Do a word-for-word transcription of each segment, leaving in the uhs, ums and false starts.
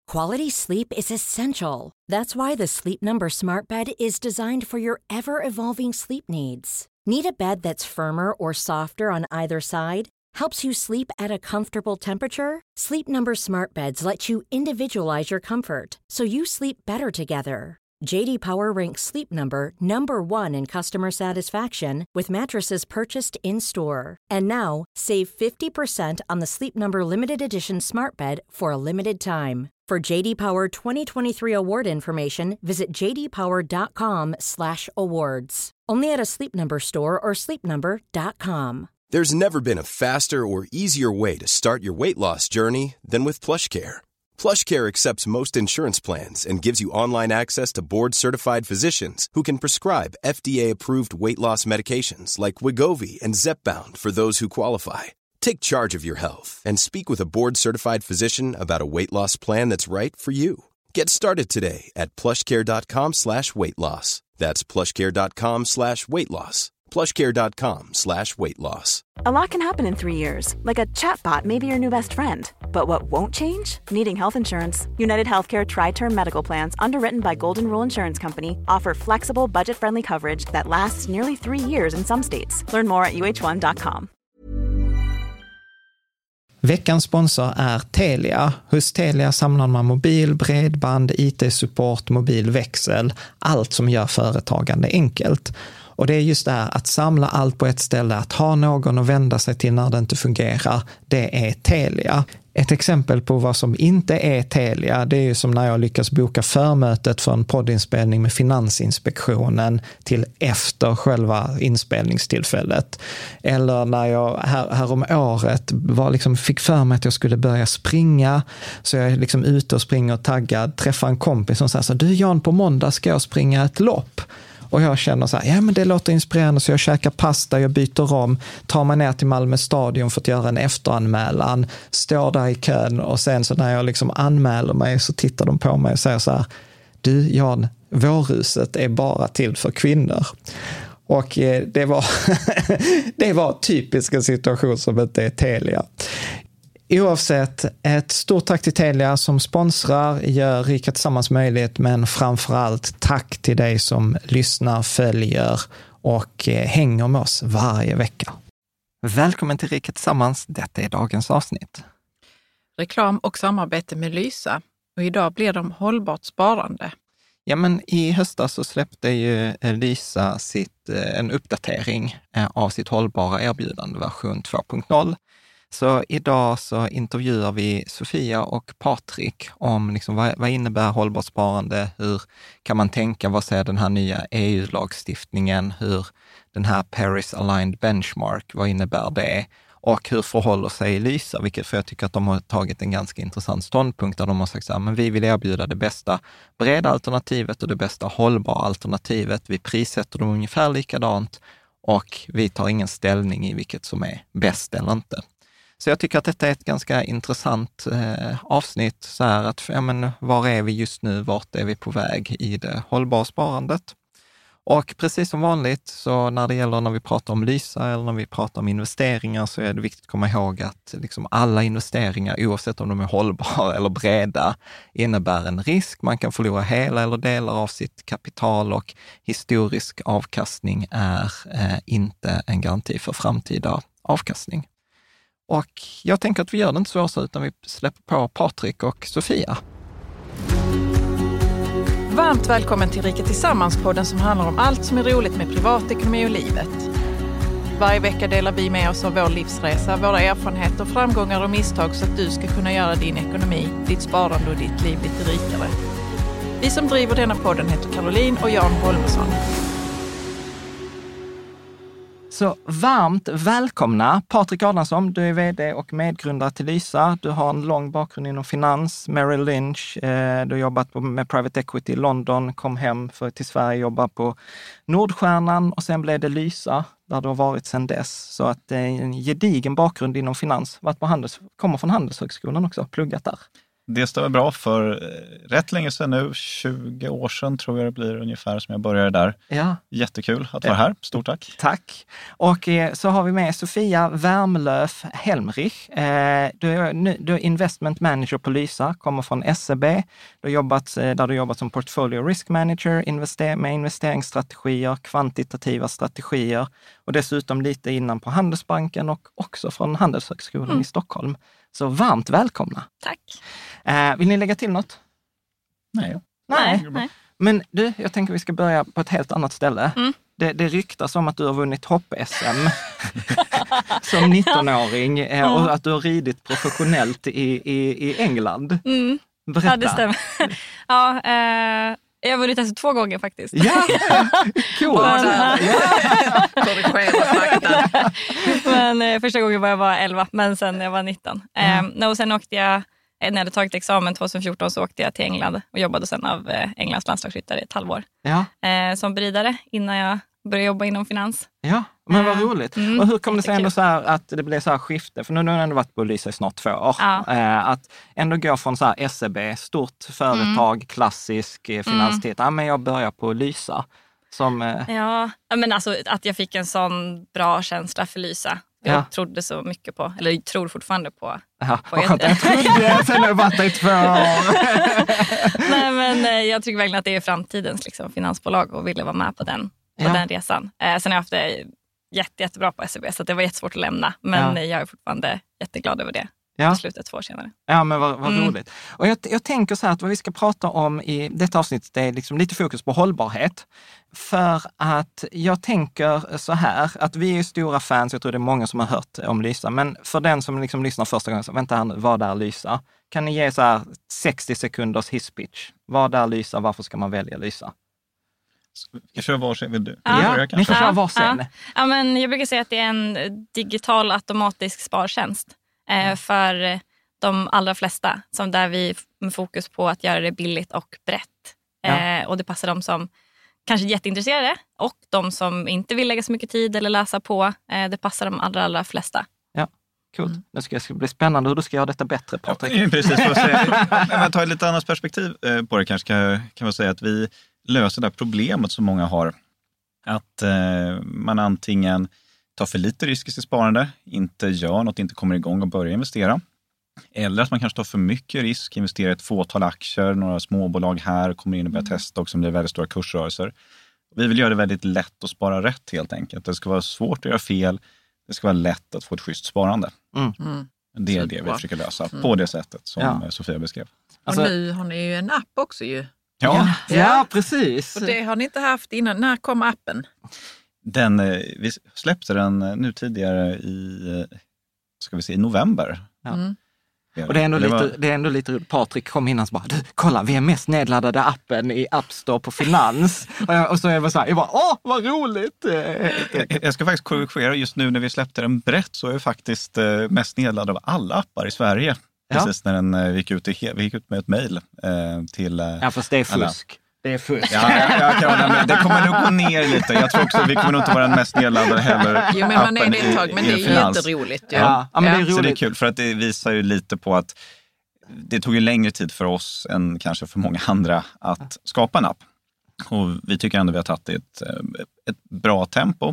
Quality sleep is essential. That's why the Sleep Number Smart Bed is designed for your ever-evolving sleep needs. Need a bed that's firmer or softer on either side? Helps you sleep at a comfortable temperature? Sleep Number Smart Beds let you individualize your comfort, so you sleep better together. J D Power ranks Sleep Number number one in customer satisfaction with mattresses purchased in-store. And now, save fifty percent on the Sleep Number Limited Edition Smart Bed for a limited time. For J D Power twenty twenty-three award information, visit j d power dot com slash awards. Only at a Sleep Number store or sleep number dot com. There's never been a faster or easier way to start your weight loss journey than with PlushCare. PlushCare accepts most insurance plans and gives you online access to board-certified physicians who can prescribe F D A-approved weight loss medications like Wegovy and Zepbound for those who qualify. Take charge of your health and speak with a board-certified physician about a weight loss plan that's right for you. Get started today at plushcare.com slash weight loss. That's plushcare.com slash weight loss. plushcare.com slash weight loss. A lot can happen in three years, like a chatbot may be your new best friend. But what won't change? Needing health insurance. United Healthcare Tri-Term Medical Plans, underwritten by Golden Rule Insurance Company, offer flexible, budget-friendly coverage that lasts nearly three years in some states. Learn more at u h one dot com. Veckans sponsor är Telia. Hos Telia samlar man mobil, bredband, I T-support, mobilväxel, allt som gör företagande enkelt. Och det är just det här att samla allt på ett ställe, att ha någon att vända sig till när det inte fungerar, det är Telia. Ett exempel på vad som inte är Telia, det är ju som när jag lyckas boka förmötet för en poddinspelning med Finansinspektionen till efter själva inspelningstillfället. Eller när jag här, här om året var liksom, fick för mig att jag skulle börja springa, så jag är liksom ute och springer och taggad, träffar en kompis som säger så: du Jan, på måndag ska jag springa ett lopp. Och jag känner så här, ja men det låter inspirerande, så jag käkar pasta, jag byter om, tar mig ner till Malmö stadion för att göra en efteranmälan, står där i kön, och sen så när jag liksom anmäler mig så tittar de på mig och säger så här: du Jan, vårhuset är bara till för kvinnor. Och det var, det var typisk en situation som inte är Telia. Oavsett, ett stort tack till Telia som sponsrar, gör Rika Tillsammans möjligt, men framförallt tack till dig som lyssnar, följer och hänger med oss varje vecka. Välkommen till Rika Tillsammans, detta är dagens avsnitt. Reklam och samarbete med Lysa, och idag blir de hållbart sparande. Ja, men i höstas så släppte ju Lysa sitt, en uppdatering av sitt hållbara erbjudande version två punkt noll. Så idag så intervjuar vi Sofia och Patrik om liksom vad, vad innebär hållbart sparande, hur kan man tänka, vad säger den här nya E U-lagstiftningen, hur den här Paris Aligned Benchmark, vad innebär det, och hur förhåller sig Lysa, vilket för jag tycker att de har tagit en ganska intressant ståndpunkt där de har sagt så här, men vi vill erbjuda det bästa breda alternativet och det bästa hållbara alternativet, vi prissätter dem ungefär likadant och vi tar ingen ställning i vilket som är bäst eller inte. Så jag tycker att detta är ett ganska intressant eh, avsnitt, så här att, ja men, var är vi just nu, vart är vi på väg i det hållbara sparandet? Och precis som vanligt, så när det gäller när vi pratar om Lysa eller när vi pratar om investeringar, så är det viktigt att komma ihåg att liksom alla investeringar, oavsett om de är hållbara eller breda, innebär en risk. Man kan förlora hela eller delar av sitt kapital, och historisk avkastning är eh, inte en garanti för framtida avkastning. Och jag tänker att vi gör det inte svårt, utan vi släpper på Patrik och Sofia. Varmt välkommen till Rika Tillsammans-podden som handlar om allt som är roligt med privatekonomi och livet. Varje vecka delar vi med oss av vår livsresa, våra erfarenheter, framgångar och misstag så att du ska kunna göra din ekonomi, ditt sparande och ditt liv lite rikare. Vi som driver denna podden heter Caroline och Jan Holmesson. Så varmt välkomna Patrik Adamsson, du är vd och medgrundare till Lysa. Du har en lång bakgrund inom finans, Merrill Lynch, eh, du har jobbat på, med private equity i London, kom hem för, till Sverige, jobbat på Nordstjärnan och sen blev det Lysa där du har varit sedan dess. Så att det är en gedigen bakgrund inom finans, varit på handels, kommer från Handelshögskolan också, pluggat där. det står bra för rätt länge sedan nu, tjugo år sedan tror jag det blir ungefär som jag började där. Ja. Jättekul att vara här, stort tack. Tack. Och eh, så har vi med Sofia Wärmlöf Helmrich. Eh, du, är, du är investment manager på Lysa, kommer från S E B. Du har jobbat, eh, där du jobbat som portfolio risk manager invester- med investeringsstrategier, kvantitativa strategier och dessutom lite innan på Handelsbanken och också från Handelshögskolan mm. i Stockholm. Så varmt välkomna. Tack. Eh, vill ni lägga till något? Nej. Nej. Nej. Men du, jag tänker vi ska börja på ett helt annat ställe. Mm. Det, det ryktas om att du har vunnit hopp-S M som nittonåring eh, och att du har ridit professionellt i, i, i England. Mm. Berätta. Ja, det stämmer. ja, eh, jag har vunnit alltså två gånger faktiskt. Ja, coolt. Korrigera fakta. Men eh, första gången var jag bara elva, men sen jag var nitton. Eh, och sen åkte jag, när jag hade tagit examen tjugohundrafjorton så åkte jag till England och jobbade sen av eh, Englands landslagsryttare i ett halvår. Ja. Eh, som beridare innan jag började jobba inom finans. Ja, men vad roligt. Mm, och hur kom det sig jättekul. ändå så här att det blev så här skifte? För nu har du ändå varit på Lysa i snart två år. Ja. Eh, att ändå gå från så här S E B, stort företag, mm. klassisk eh, finanstid. Mm. Ja, men jag börjar på Lysa. Som, eh... Ja, men alltså att jag fick en sån bra känsla för Lysa. Jag ja. trodde så mycket på, eller jag tror fortfarande på. Ja, på jag, jag trodde jag, sen har jag varit där i två år. Nej, men jag tycker verkligen att det är framtidens liksom, finansbolag och ville vara med på den, på ja. den resan. Eh, sen har jag haft det jätte, jättebra på S E B så det var jättesvårt att lämna. Men ja. jag är fortfarande jätteglad över det. Ja. Slutet två år senare. Ja, men vad, vad mm. roligt. Och jag, jag tänker så här att vad vi ska prata om i detta avsnitt är liksom lite fokus på hållbarhet. För att jag tänker så här, att vi är stora fans, jag tror det är många som har hört om Lysa, men för den som liksom lyssnar första gången, så vänta här nu, vad är Lysa? Kan ni ge så här sextio sekunders hisspitch? Vad är Lysa? Varför ska man välja Lysa? Jag kör varsin, vill du? Vill ja, du ni får köra varsin. Ja. Ja, men jag brukar säga att det är en digital automatisk spartjänst. Eh, för de allra flesta, som där vi med fokus på att göra det billigt och brett. Ja. Eh, och det passar de som kanske är jätteintresserade och de som inte vill lägga så mycket tid eller läsa på. Eh, det passar de allra, allra flesta. Ja, coolt. Mm. Det ska, ska bli spännande hur du ska göra detta bättre, Patrik. Ja, precis, för att säga, om jag tar ett lite annat perspektiv på det kanske kan, kan man säga att vi löser det här problemet som många har. Att eh, man antingen tar för lite risk i sitt sparande, inte gör något, inte kommer igång och börjar investera. Eller att man kanske tar för mycket risk, investerar i ett fåtal aktier, några småbolag här, kommer in och börjar testa och som blir väldigt stora kursrörelser. Vi vill göra det väldigt lätt att spara rätt helt enkelt. Det ska vara svårt att göra fel, det ska vara lätt att få ett schysst sparande. Mm. Mm. Det är det vi försöker lösa mm. på det sättet som ja. Sofia beskrev. Alltså, och nu har ni ju en app också ju. Ja, ja, ja precis. Och det har ni inte haft innan. När kom appen? Den, vi släppte den nu tidigare i, ska vi se, i november. Ja. Mm. Och det är, ändå det, lite, var... det är ändå lite, Patrik kom innan och bara, du, kolla, vi är mest nedladdade appen i App Store på Finans. och, jag, och så är jag bara så här, jag bara, åh, vad roligt! jag, jag ska faktiskt korrigera, just nu när vi släppte den brett så är vi faktiskt mest nedladdade av alla appar i Sverige. Ja. Precis när den gick ut, i, vi gick ut med ett mejl eh, till eh, ja, fast det är fusk. Alla. Det är fusk. Ja, jag kan, men det kommer nog gå ner lite. Jag tror också att vi kommer nog inte vara den mest nedladdade heller. Jo, men man är det ett tag, men det är ju jätteroligt. Ja. Ja. Ja, men det är roligt. Så det är kul för att det visar ju lite på att det tog ju längre tid för oss än kanske för många andra att skapa en app. Och vi tycker ändå vi har tagit ett, ett bra tempo.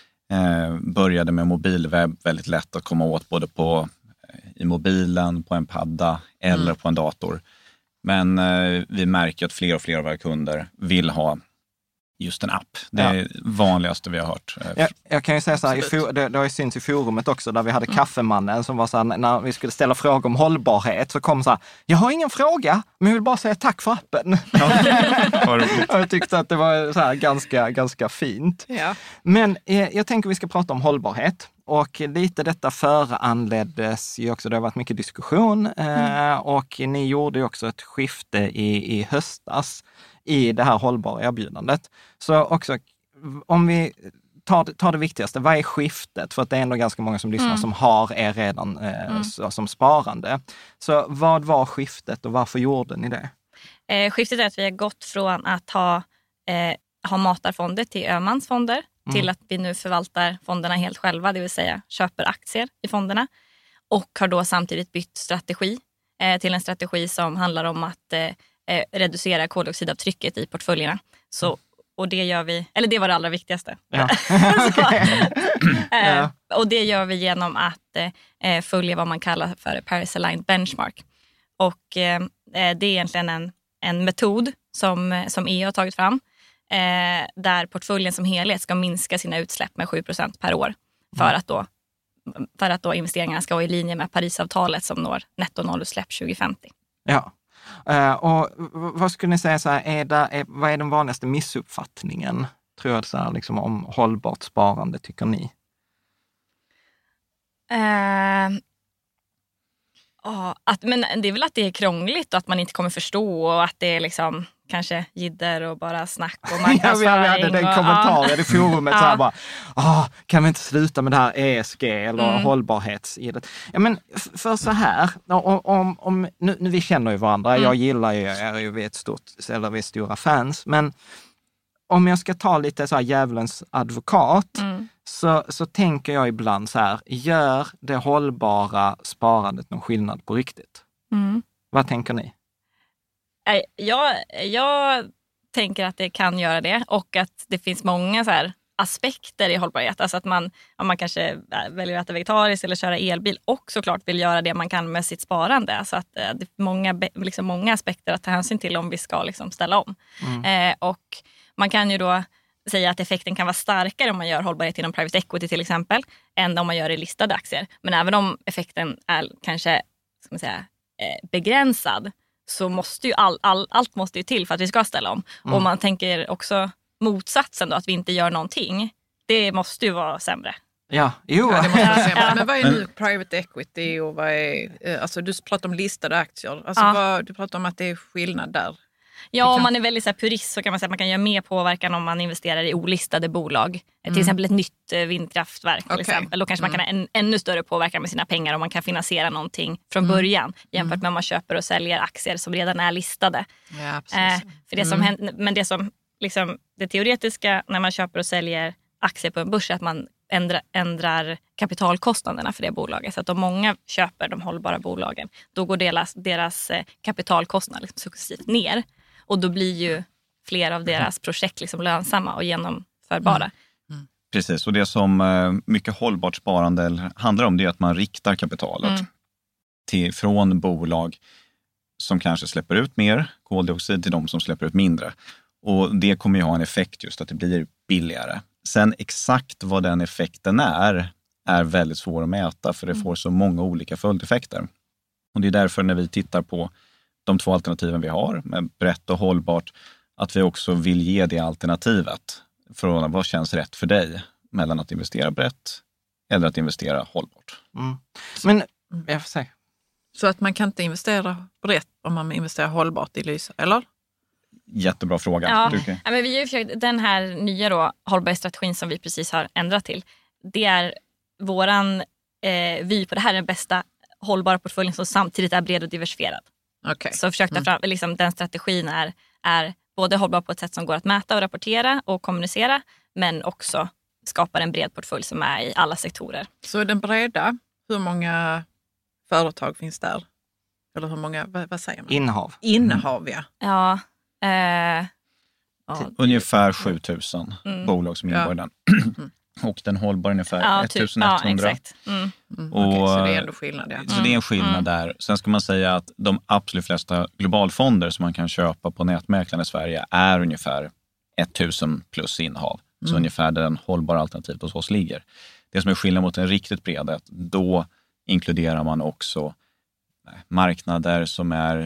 Eh, började med mobilwebb, väldigt lätt att komma åt både på i mobilen, på en padda eller mm. på en dator. Men eh, vi märker att fler och fler av våra kunder vill ha just en app. Det är ja. vanligaste vi har hört. Jag, jag kan ju säga så här, i for, det, det har ju synts i forumet också där vi hade mm. kaffemannen som var så här, när vi skulle ställa frågor om hållbarhet så kom så här, jag har ingen fråga, men jag vill bara säga tack för appen. Ja. Och jag tyckte att det var så här ganska, ganska fint. Ja. Men eh, jag tänker vi ska prata om hållbarhet. Och lite detta föranleddes ju också, det har varit mycket diskussion mm. eh, och ni gjorde ju också ett skifte i, i höstas i det här hållbara erbjudandet. Så också, om vi tar, tar det viktigaste, vad är skiftet? För att det är ändå ganska många som lyssnar mm. som har er redan eh, mm. så, som sparande. Så vad var skiftet och varför gjorde ni det? Eh, skiftet är att vi har gått från att ha, eh, ha matarfonder till Öhmans-fonder. Mm. Till att vi nu förvaltar fonderna helt själva, det vill säga köper aktier i fonderna. Och har då samtidigt bytt strategi eh, till en strategi som handlar om att eh, reducera koldioxidavtrycket i portföljerna. Så, och det gör vi, eller det var det allra viktigaste. Ja. Så, eh, ja. Och det gör vi genom att eh, följa vad man kallar för Paris Aligned Benchmark. Och eh, det är egentligen en, en metod som, som E U har tagit fram. Eh, där portföljen som helhet ska minska sina utsläpp med sju procent per år. För mm. att då för att då investeringarna ska vara i linje med Parisavtalet som når netto nollutsläpp tjugo femtio. Ja, uh, och vad skulle ni säga så här, är det, är, vad är den vanligaste missuppfattningen, tror jag, så här, liksom, om hållbart sparande, tycker ni? Uh, uh, att, men det är väl att det är krångligt och att man inte kommer förstå och att det är liksom kanske jidder och bara snack och marknadsföring. Ja, vi hade den och, kommentaren ja. i forumet så här bara, ah, kan vi inte sluta med det här E S G eller mm. hållbarhetsidret? Ja, men för så här, om, om, om, nu, nu vi känner ju varandra, mm. jag gillar ju er, ju vi är ett stort, eller vi är stora fans, men om jag ska ta lite så här djävulens advokat, mm. så, så tänker jag ibland så här, gör det hållbara sparandet någon skillnad på riktigt? Mm. Vad tänker ni? Jag, jag tänker att det kan göra det och att det finns många så här aspekter i hållbarhet. Alltså att man, om man kanske väljer att äta vegetariskt eller köra elbil och såklart vill göra det man kan med sitt sparande. Så att det är många, liksom många aspekter att ta hänsyn till om vi ska liksom ställa om. Mm. Eh, och man kan ju då säga att effekten kan vara starkare om man gör hållbarhet inom private equity till exempel än om man gör i listade aktier. Men även om effekten är kanske, ska man säga, eh, begränsad, så måste ju all, all, allt måste ju till för att vi ska ställa om. Mm. Och man tänker också motsatsen då, att vi inte gör någonting. Det måste ju vara sämre. Ja, jo. Ja, det måste vara sämre. Men vad är nu private equity och vad är, alltså du pratar om listade aktier. Alltså ja. vad, du pratar om att det är skillnad där. Ja, om man är väldigt så här purist så kan man säga att man kan göra mer påverkan om man investerar i olistade bolag. Mm. Till exempel ett nytt vindkraftverk till okay. exempel. Då kanske mm. man kan ha en ännu större påverkan med sina pengar om man kan finansiera någonting från mm. början jämfört med om man köper och säljer aktier som redan är listade. Ja, eh, för det som mm. händer, men det som liksom, det teoretiska när man köper och säljer aktier på en börs är att man ändra, ändrar kapitalkostnaderna för det bolaget. Så att om många köper de hållbara bolagen, då går deras, deras kapitalkostnad liksom successivt ner. Och då blir ju fler av deras projekt liksom lönsamma och genomförbara. Mm. Mm. Precis, och det som mycket hållbart sparande handlar om, det är att man riktar kapitalet mm. till, från bolag som kanske släpper ut mer koldioxid till de som släpper ut mindre. Och det kommer ju ha en effekt just att det blir billigare. Sen exakt vad den effekten är, är väldigt svår att mäta för det får så många olika följdeffekter. Och det är därför när vi tittar på de två alternativen vi har, med brett och hållbart, att vi också vill ge det alternativet för vad känns rätt för dig mellan att investera brett eller att investera hållbart. Mm. Men jag får säga. Så att man kan inte investera brett om man investerar hållbart i Lysa, eller? Jättebra fråga. Ja, ja men vi har ju försökt, den här nya då, hållbarhetsstrategin som vi precis har ändrat till, det är våran eh, vy på det här är den bästa hållbara portföljen som samtidigt är bred och diversifierad. Okay. Så försökta mm. fram, liksom, den strategin är, är både hållbar på ett sätt som går att mäta och rapportera och kommunicera, men också skapar en bred portfölj som är i alla sektorer. Så den breda, hur många företag finns där? Eller hur många, vad, vad säger man? Innehav. Innehav, ja. Ja. Eh, ja. Ungefär sju tusen mm. bolag som ingår i den. Mm. Och den hållbar ungefär ja, ettusen etthundra. Ja, exakt. Mm. Mm. Och, okay, så det är ändå skillnad. Ja. Så det är en skillnad mm. där. Sen ska man säga att de absolut flesta globalfonder som man kan köpa på nätmäklaren i Sverige är ungefär tusen plus innehav. Mm. Så ungefär den hållbara alternativet hos oss ligger. Det som är skillnad mot en riktigt bred, att då inkluderar man också marknader som är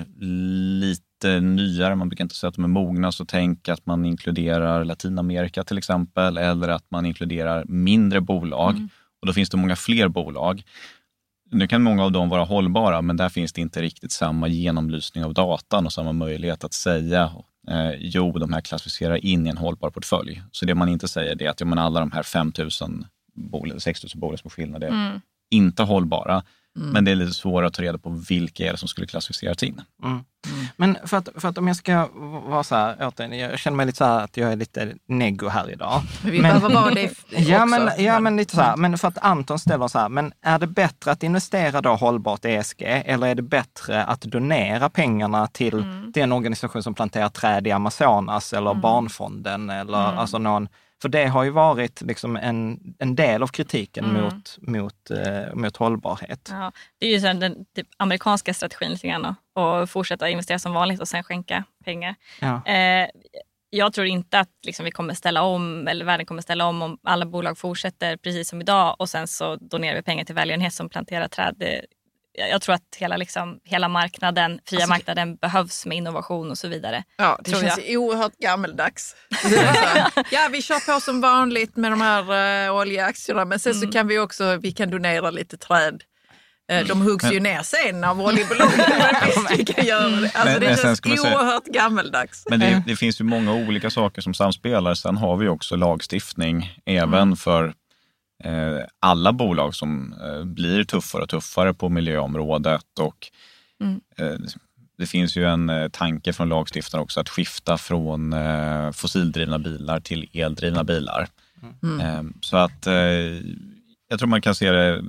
lite nyare. Man brukar inte säga att de är mogna, så tänk att man inkluderar Latinamerika till exempel, eller att man inkluderar mindre bolag. Mm. Och då finns det många fler bolag. Nu kan många av dem vara hållbara, men där finns det inte riktigt samma genomlysning av datan och samma möjlighet att säga eh, jo, de här klassificerar in i en hållbar portfölj. Så det man inte säger är att ja, men alla de här fem tusen bolag, sex tusen bolag som skillnad är mm. inte hållbara. Mm. Men det är lite svårare att ta reda på vilka är det som skulle klassificeras in. Mm. Mm. Men för att, för att om jag ska vara så här, jag känner mig lite så här att jag är lite neggo här idag. Men vi behöver vara det också. Ja, men, ja, men lite så här. Men för att Anton ställer så här, men är det bättre att investera då hållbart i E S G eller är det bättre att donera pengarna till mm. den organisation som planterar träd i Amazonas eller mm. Barnfonden eller mm. alltså någon. För det har ju varit liksom en, en del av kritiken mm. mot, mot, eh, mot hållbarhet. Ja, det är ju så den typ, amerikanska strategin lite grann och fortsätta investera som vanligt och sen skänka pengar. Ja. Eh, jag tror inte att liksom, vi kommer ställa om eller världen kommer ställa om om alla bolag fortsätter precis som idag och sen så donerar vi pengar till välgörenhet som planterar träd. Det, jag tror att hela, liksom, hela marknaden, fria alltså, marknaden behövs med innovation och så vidare. Ja, det känns jag. oerhört gammeldags. Ja, vi kör på som vanligt med de här uh, oljeaktierna, men sen mm. så kan vi också, vi kan donera lite träd. Uh, de huggs ju ner sen av oljebolagen. vi kan göra det. Alltså men, det men känns oerhört säga, gammeldags. Men det, det finns ju många olika saker som samspelar. Sen har vi också lagstiftning även mm. för alla bolag som blir tuffare och tuffare på miljöområdet och mm. det finns ju en tanke från lagstiftaren också att skifta från fossildrivna bilar till eldrivna bilar. Mm. Så att jag tror man kan se det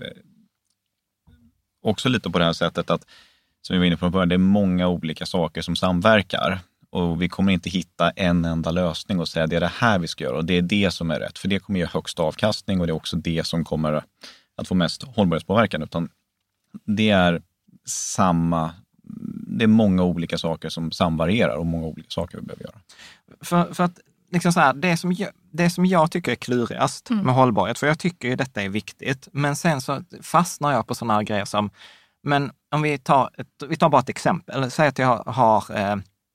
också lite på det här sättet att som vi var inne på början, det är många olika saker som samverkar. Och vi kommer inte hitta en enda lösning och säga det är det här vi ska göra och det är det som är rätt. För det kommer ge högst avkastning och det är också det som kommer att få mest hållbarhetspåverkan. Utan det är samma, det är många olika saker som samvarierar och många olika saker vi behöver göra. För, för att liksom så här, det, som jag, det som jag tycker är klurigast mm. med hållbarhet, för jag tycker ju detta är viktigt. Men sen så fastnar jag på sådana här grejer som, men om vi tar, ett, vi tar bara ett exempel. Säg att jag har... Eh,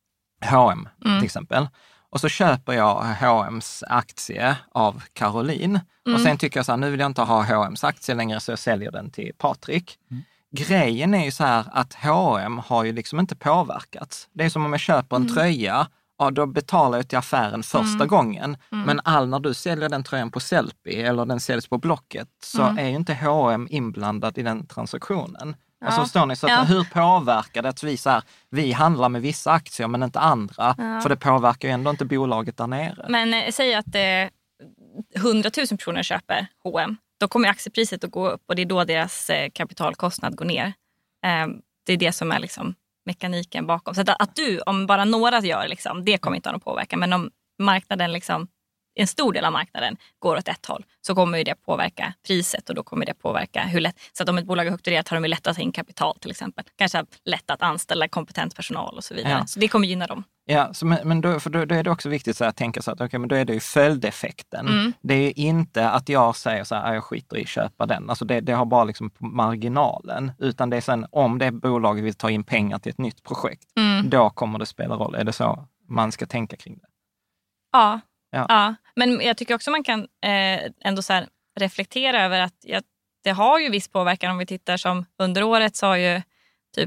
H och M mm. till exempel. Och så köper jag H och M's aktie av Caroline. Mm. Och sen tycker jag så här, nu vill jag inte ha H och M's aktie längre så jag säljer den till Patrik. Mm. Grejen är ju så här att H och M har ju liksom inte påverkats. Det är som om jag köper en mm. tröja, ja, då betalar jag till affären första mm. gången. Mm. Men all när du säljer den tröjan på Sellpy eller den säljs på Blocket så mm. är ju inte H och M inblandad i den transaktionen. Ja. Alltså förstår ni, så att ja. hur påverkar det att vi, så här, vi handlar med vissa aktier men inte andra? Ja. För det påverkar ju ändå inte bolaget där nere. Men eh, säg att eh, hundratusen personer köper H och M. Då kommer aktiepriset att gå upp och det är då deras eh, kapitalkostnad går ner. Eh, det är det som är liksom mekaniken bakom. Så att, att du, om bara några gör, liksom, det kommer inte ha någon påverkan. Men om marknaden liksom, en stor del av marknaden går åt ett håll så kommer ju det påverka priset och då kommer det påverka hur lätt. Så att om ett bolag är högt värderat har de lätt att ta in kapital till exempel. Kanske lätt att anställa kompetent personal och så vidare. Ja. Så det kommer gynna dem. Ja, så, men då, för då, då är det också viktigt så att tänka så att okay, men då är det ju följdeffekten. Mm. Det är ju inte att jag säger så här, jag skiter i köpa den. Alltså det, det har bara liksom på marginalen. Utan det är sen om det bolaget vill ta in pengar till ett nytt projekt, mm. då kommer det spela roll. Är det så man ska tänka kring det? Ja. Ja. ja, men jag tycker också man kan eh, ändå så här reflektera över att ja, det har ju viss påverkan om vi tittar som under året så har ju typ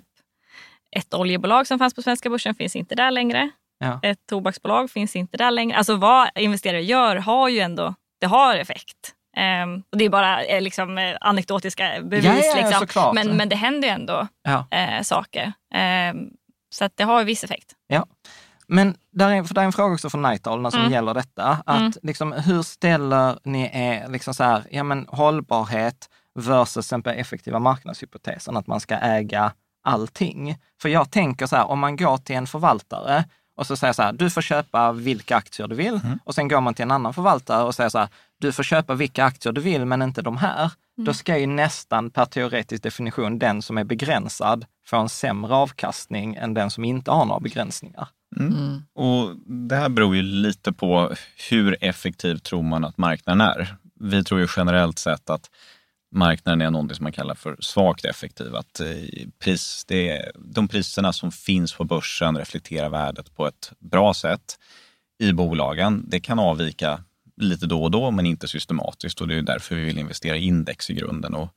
ett oljebolag som fanns på svenska börsen finns inte där längre. Ja. Ett tobaksbolag finns inte där längre. Alltså vad investerare gör har ju ändå, det har effekt. Um, och det är bara eh, liksom anekdotiska bevis. Ja, ja, liksom. men, men det händer ju ändå ja. eh, saker. Um, så att det har ju viss effekt. Ja. Men där är, för det är en fråga också från Nighthall som mm. gäller detta. Att mm. liksom, hur ställer ni er liksom så här, ja, men, hållbarhet versus den effektiva marknadshypotesen att man ska äga allting? För jag tänker så här, om man går till en förvaltare och så säger så här, du får köpa vilka aktier du vill. Mm. Och sen går man till en annan förvaltare och säger så här, du får köpa vilka aktier du vill men inte de här. Mm. Då ska ju nästan per teoretisk definition den som är begränsad få en sämre avkastning än den som inte har några begränsningar. Mm. Mm. Och det här beror ju lite på hur effektiv tror man att marknaden är. Vi tror ju generellt sett att marknaden är något som man kallar för svagt effektiv. Att pris, det är, de priserna som finns på börsen reflekterar värdet på ett bra sätt i bolagen. Det kan avvika lite då och då men inte systematiskt och det är därför vi vill investera i index i grunden och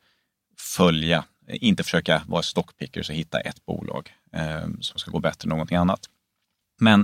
följa, inte försöka vara stockpickers och hitta ett bolag eh, som ska gå bättre än någonting annat. Men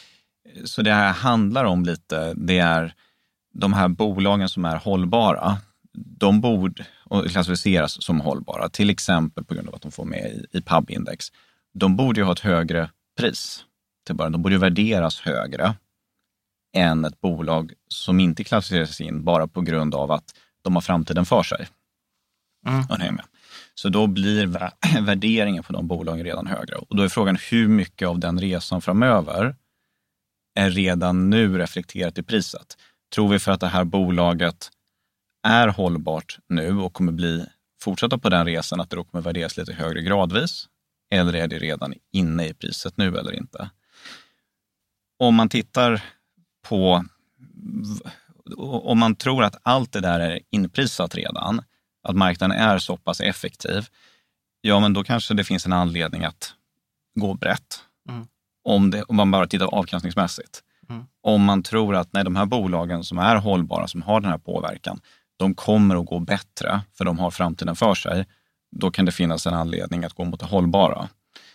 så det här handlar om lite, det är de här bolagen som är hållbara. De borde, och klassificeras som hållbara, till exempel på grund av att de får med i, i P A B-index, de borde ju ha ett högre pris till början. De borde ju värderas högre än ett bolag som inte klassificeras in bara på grund av att de har framtiden för sig. Mm. Så då blir värderingen på de bolagen redan högre. Och då är frågan hur mycket av den resan framöver är redan nu reflekterat i priset. Tror vi för att det här bolaget är hållbart nu och kommer bli fortsätta på den resan att det då kommer värderas lite högre gradvis? Eller är det redan inne i priset nu eller inte? Om man tittar på, om man tror att allt det där är inprisat redan, att marknaden är så pass effektiv, ja men då kanske det finns en anledning att gå brett. Mm. Om, det, om man bara tittar avkastningsmässigt. Mm. Om man tror att nej, de här bolagen som är hållbara, som har den här påverkan, de kommer att gå bättre för de har framtiden för sig, då kan det finnas en anledning att gå mot det hållbara.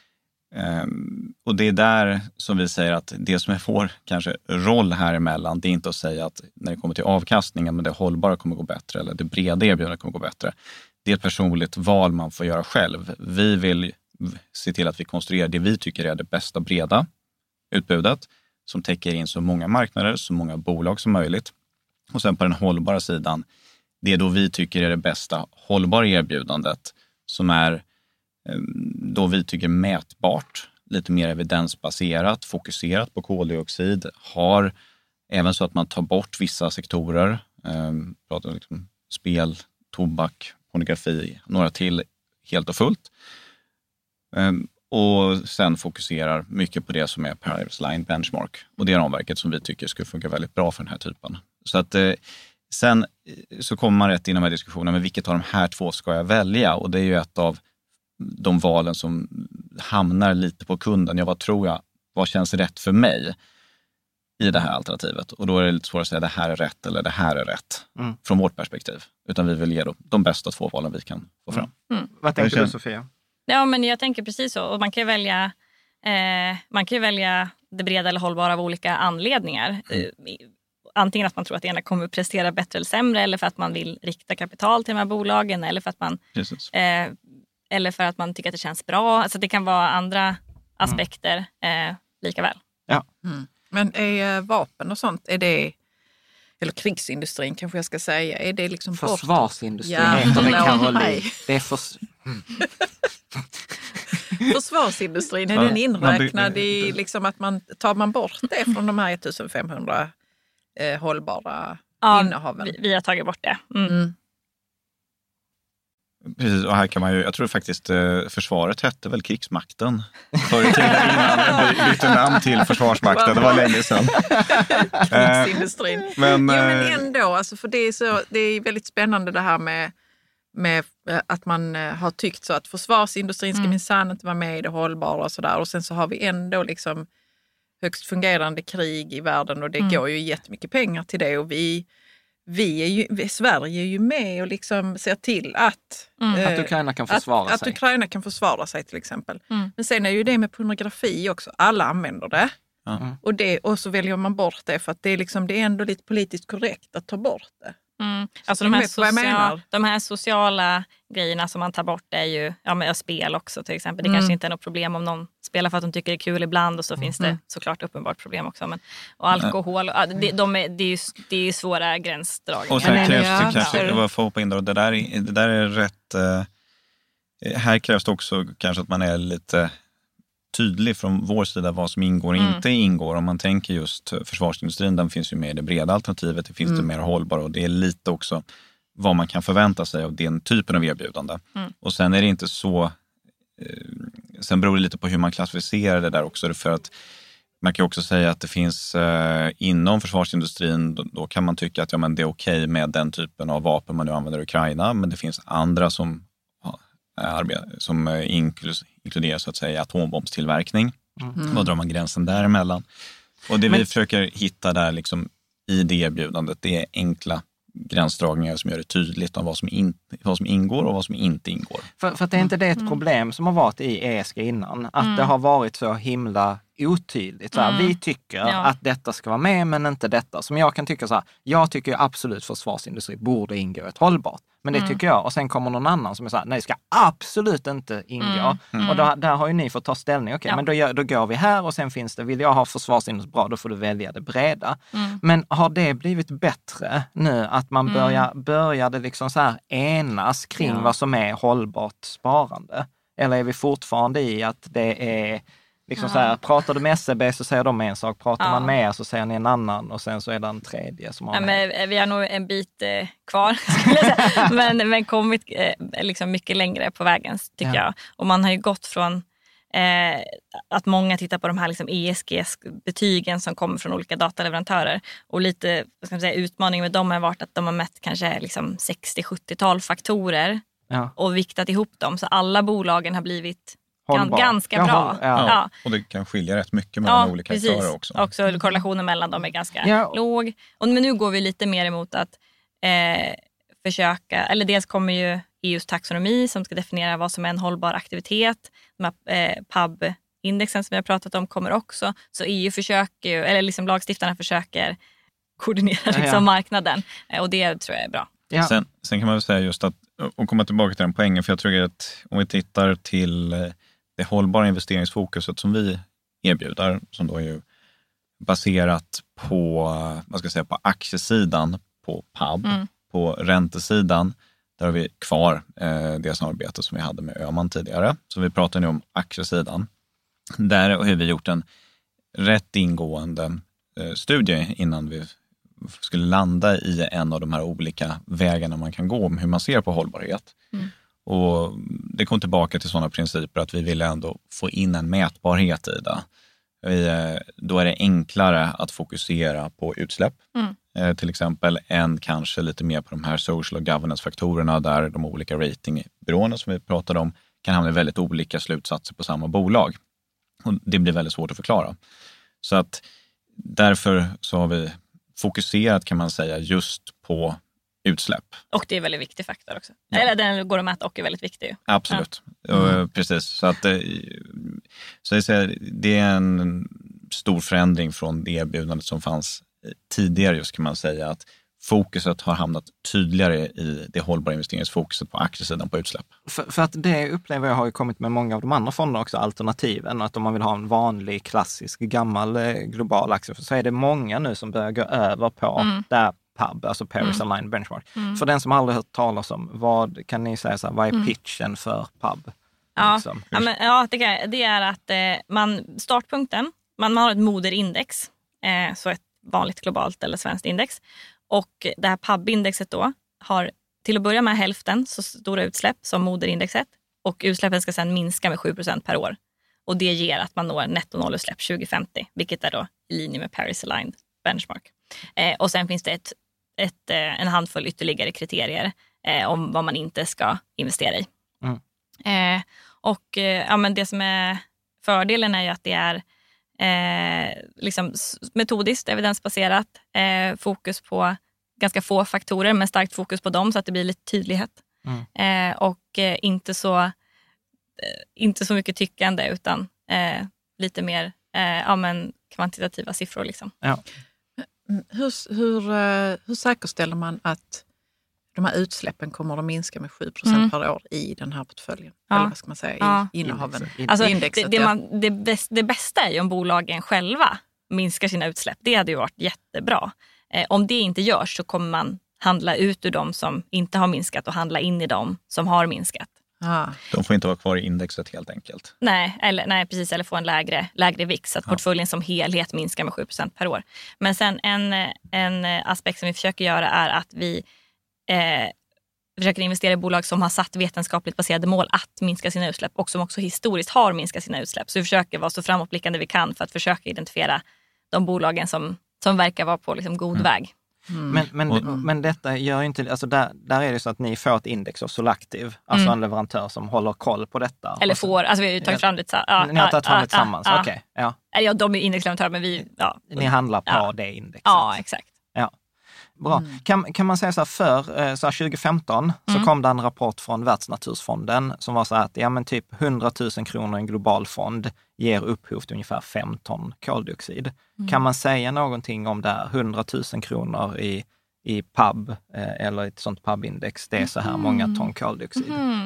Um, och det är där som vi säger att det som är vår kanske roll här emellan, det är inte att säga att när det kommer till avkastningen, men det hållbara kommer gå bättre eller det breda erbjudandet kommer gå bättre. Det är ett personligt val man får göra själv. Vi vill se till att vi konstruerar det vi tycker är det bästa breda utbudet som täcker in så många marknader, så många bolag som möjligt. Och sen på den hållbara sidan, det är då vi tycker är det bästa hållbara erbjudandet som är då vi tycker mätbart, lite mer evidensbaserat, fokuserat på koldioxid, har även så att man tar bort vissa sektorer, eh, pratar liksom spel, tobak, pornografi, några till helt och fullt. Eh, och sen fokuserar mycket på det som är Paris Line Benchmark. Och det är ramverket som vi tycker skulle funka väldigt bra för den här typen. Så att eh, sen så kommer man rätt in i de här diskussionerna, men vilket av de här två ska jag välja? Och det är ju ett av de valen som hamnar lite på kunden. Ja, vad tror jag? Vad känns rätt för mig i det här alternativet? Och då är det lite svårt att säga det här är rätt eller det här är rätt mm. från vårt perspektiv. Utan vi vill ge då de bästa två valen vi kan få fram. Mm. Mm. Vad tänker du, Sofia? Ja, men jag tänker precis så. Och man kan ju välja, eh, man kan ju välja det breda eller hållbara av olika anledningar. Mm. Antingen att man tror att det ena kommer prestera bättre eller sämre, eller för att man vill rikta kapital till de här bolagen, eller för att man eh, eller för att man tycker att det känns bra. Alltså det kan vara andra aspekter mm. eh, lika väl. Ja. Mm. Men är vapen och sånt, är det, eller krigsindustrin kanske jag ska säga, är det liksom försvarsindustrin ja, heter det, Caroline. Det är för... mm. Försvarsindustrin, är den inräknad i liksom att man tar man bort det från de här femtonhundra eh, hållbara ja, innehaven? Vi, vi har tagit bort det. Mm. Mm. Precis, och här kan man ju, jag tror faktiskt eh, försvaret hette väl krigsmakten förr i tiden innan vi bytte namn till försvarsmakten, det var länge sedan. Krigsindustrin. Eh, men, jo, men ändå, alltså, för det är, så, det är väldigt spännande det här med, med att man har tyckt så att försvarsindustrin ska mm. minsann inte vara med i det hållbara och sådär, och sen så har vi ändå liksom högst fungerande krig i världen och det mm. går ju jättemycket pengar till det, och vi Vi är ju, Sverige är ju med och liksom ser till att, mm. eh, att Ukraina kan försvara att, sig. Att Ukraina kan försvara sig till exempel. Mm. Men sen är ju det med pornografi också. Alla använder det. Mm. Och, det och så väljer man bort det för att det är, liksom, det är ändå lite politiskt korrekt att ta bort det. Mm. Alltså de här, social, de här sociala grejerna som man tar bort är ju ja, med spel också till exempel. Det mm. kanske inte är något problem om någon spelar för att de tycker det är kul ibland, och så mm. finns det såklart uppenbart problem också. Men, och alkohol, ja, det, de är, det, är ju, det är ju svåra gränsdragningar. Och sen krävs det kanske, jag var för att hoppa in där, och det där, det där är rätt, eh, här krävs det också kanske att man är lite tydlig från vår sida vad som ingår och mm. inte ingår. Om man tänker just försvarsindustrin, den finns ju med i det breda alternativet, det finns mm. det mer hållbara, och det är lite också vad man kan förvänta sig av den typen av erbjudande. Mm. Och sen är det inte så, eh, sen beror det lite på hur man klassificerar det där också, för att man kan också säga att det finns eh, inom försvarsindustrin, då, då kan man tycka att ja, men det är okej med den typen av vapen man nu använder i Ukraina, men det finns andra som som inkluderar så att säga atombombstillverkning. Mm. Vad drar man gränsen däremellan? Och det Men... vi försöker hitta där liksom i det erbjudandet, det är enkla gränsdragningar som gör det tydligt om vad som, in, vad som ingår och vad som inte ingår. För, för att det är inte det ett problem som har varit i E S G innan, att mm. det har varit så himla otydligt. Så här, mm. Vi tycker ja. att detta ska vara med, men inte detta. Som jag kan tycka så här, jag tycker absolut försvarsindustri borde ingå ett hållbart. Men det Mm. tycker jag. Och sen kommer någon annan som är så här, nej, det ska absolut inte ingå. Mm. Mm. Och då, där har ju ni fått ta ställning. Okej, okay, Ja. men då, gör, då går vi här och sen finns det, vill jag ha försvarsindustri bra, då får du välja det breda. Mm. Men har det blivit bättre nu att man Mm. börjar, började liksom så här enas kring Ja. vad som är hållbart sparande? Eller är vi fortfarande i att det är liksom Ja. så här, pratar du med S E B så säger de en sak, pratar Ja. man med er så säger ni en annan och sen så är det en tredje som har Ja, en men vi har nog en bit eh, kvar, skulle jag säga. men, men kommit eh, liksom mycket längre på vägen, tycker Ja. jag. Och man har ju gått från eh, att många tittar på de här liksom E S G-betygen som kommer från olika dataleverantörer. Och lite vad ska man säga, utmaningen med dem har varit att de har mätt kanske liksom sextio-sjuttiotal faktorer Ja. och viktat ihop dem. Så alla bolagen har blivit gan, Hållbar. ganska Ja, bra. håll- ja. Ja. Och det kan skilja rätt mycket mellan olika aktörer också. Också korrelationen mellan dem är ganska Ja. låg. Och, men nu går vi lite mer emot att eh, försöka, eller dels kommer ju E U:s taxonomi som ska definiera vad som är en hållbar aktivitet. De här eh, P U B-indexen som vi har pratat om kommer också. Så E U försöker ju, eller liksom lagstiftarna försöker koordinera liksom Ja, ja. marknaden. Eh, och det tror jag är bra. Ja. Sen, sen kan man väl säga just att, och komma tillbaka till den poängen, för jag tror att om vi tittar till det hållbara investeringsfokuset som vi erbjuder, som då är ju baserat på, vad ska jag säga, på aktiesidan, på P U B, Mm. på räntesidan, där har vi kvar eh, det samarbete som vi hade med Öhman tidigare. Så vi pratar nu om aktiesidan. Där har vi gjort en rätt ingående eh, studie innan vi skulle landa i en av de här olika vägarna man kan gå om hur man ser på hållbarhet. Mm. Och det kom tillbaka till sådana principer att vi ville ändå få in en mätbarhet i det. Vi, då är det enklare att fokusera på utsläpp, Mm. eh, till exempel, än kanske lite mer på de här social och governance-faktorerna där de olika ratingbyråerna som vi pratade om kan hamna i väldigt olika slutsatser på samma bolag. Och det blir väldigt svårt att förklara. Så att därför så har vi fokuserat, kan man säga, just på utsläpp. Och det är en väldigt viktig faktor också. Ja. Eller den går att mäta och är väldigt viktig. Absolut, mm. precis. Så, att, så jag säger, det är en stor förändring från det erbjudandet som fanns tidigare, just kan man säga, att fokuset har hamnat tydligare i det hållbara investeringsfokuset på aktiesidan på utsläpp. För, för att det upplever jag har ju kommit med många av de andra fonderna också, alternativen. Att om man vill ha en vanlig, klassisk, gammal eh, global aktie så är det många nu som börjar gå över på Mm. där P U B, alltså Paris Mm. Aligned Benchmark. Mm. För den som aldrig hört talas om, vad kan ni säga, så här, vad är Mm. pitchen för P U B? Ja, Liksom. ja, men, ja det, kan, det är att eh, man, startpunkten, man, man har ett moderindex, eh, så ett vanligt globalt eller svenskt index. Och det här P U B-indexet då har till att börja med hälften så stora utsläpp som moderindexet. Och utsläppen ska sedan minska med sju procent per år. Och det ger att man når nettonollutsläpp tjugo femtio, vilket är då i linje med Paris Aligned Benchmark. Eh, och sen finns det ett, ett, eh, en handfull ytterligare kriterier eh, om vad man inte ska investera i. Mm. Eh, och eh, ja, men det som är fördelen är ju att det är eh, liksom metodiskt, evidensbaserat, eh, fokus på ganska få faktorer men starkt fokus på dem så att det blir lite tydlighet. Mm. Eh, och eh, inte, så, eh, inte så mycket tyckande utan eh, lite mer eh, ja, men kvantitativa siffror. Liksom. Ja. Hur, hur, hur säkerställer man att de här utsläppen kommer att minska med sju procent Mm. per år i den här portföljen? Ja. Eller vad ska man säga, i Ja. innehaven? Indexet. Alltså, Indexet, det, det, ja. man, det, bäst, det bästa är ju om bolagen själva minskar sina utsläpp. Det hade ju varit jättebra. Eh, om det inte görs så kommer man handla ut ur de som inte har minskat och handla in i de som har minskat. Ah. De får inte vara kvar i indexet helt enkelt. Nej, eller, nej precis, eller få en lägre, lägre vikt så att Ja. portföljen som helhet minskar med sju procent per år. Men sen en, en aspekt som vi försöker göra är att vi eh, försöker investera i bolag som har satt vetenskapligt baserade mål att minska sina utsläpp och som också historiskt har minskat sina utsläpp. Så vi försöker vara så framåtblickande vi kan för att försöka identifiera de bolagen som, som verkar vara på liksom god Mm. väg. Mm. Men, men, Och- men detta gör ju inte, alltså där, där är det så att ni får ett index av Solactive, alltså Mm. en leverantör som håller koll på detta. Eller Och så- får, alltså vi har ju tagit fram det. Så, ja, Ni har tagit fram ja, det tillsammans, ja, okej. Ja. Ja. Ja, de är indexleverantörer men vi, ja. Ni handlar på Ja. det indexet. Ja, exakt. Ja. Bra. Kan, kan man säga så här, för eh, så här tjugo femton så Mm. kom det en rapport från Världsnaturfonden som var så här att ja, men typ hundra tusen kronor i en global fond ger upphov till ungefär fem ton koldioxid. Mm. Kan man säga någonting om det här? hundra tusen kronor i, i pub eh, eller ett sånt pubindex, det är så här mm. många ton koldioxid. Mm.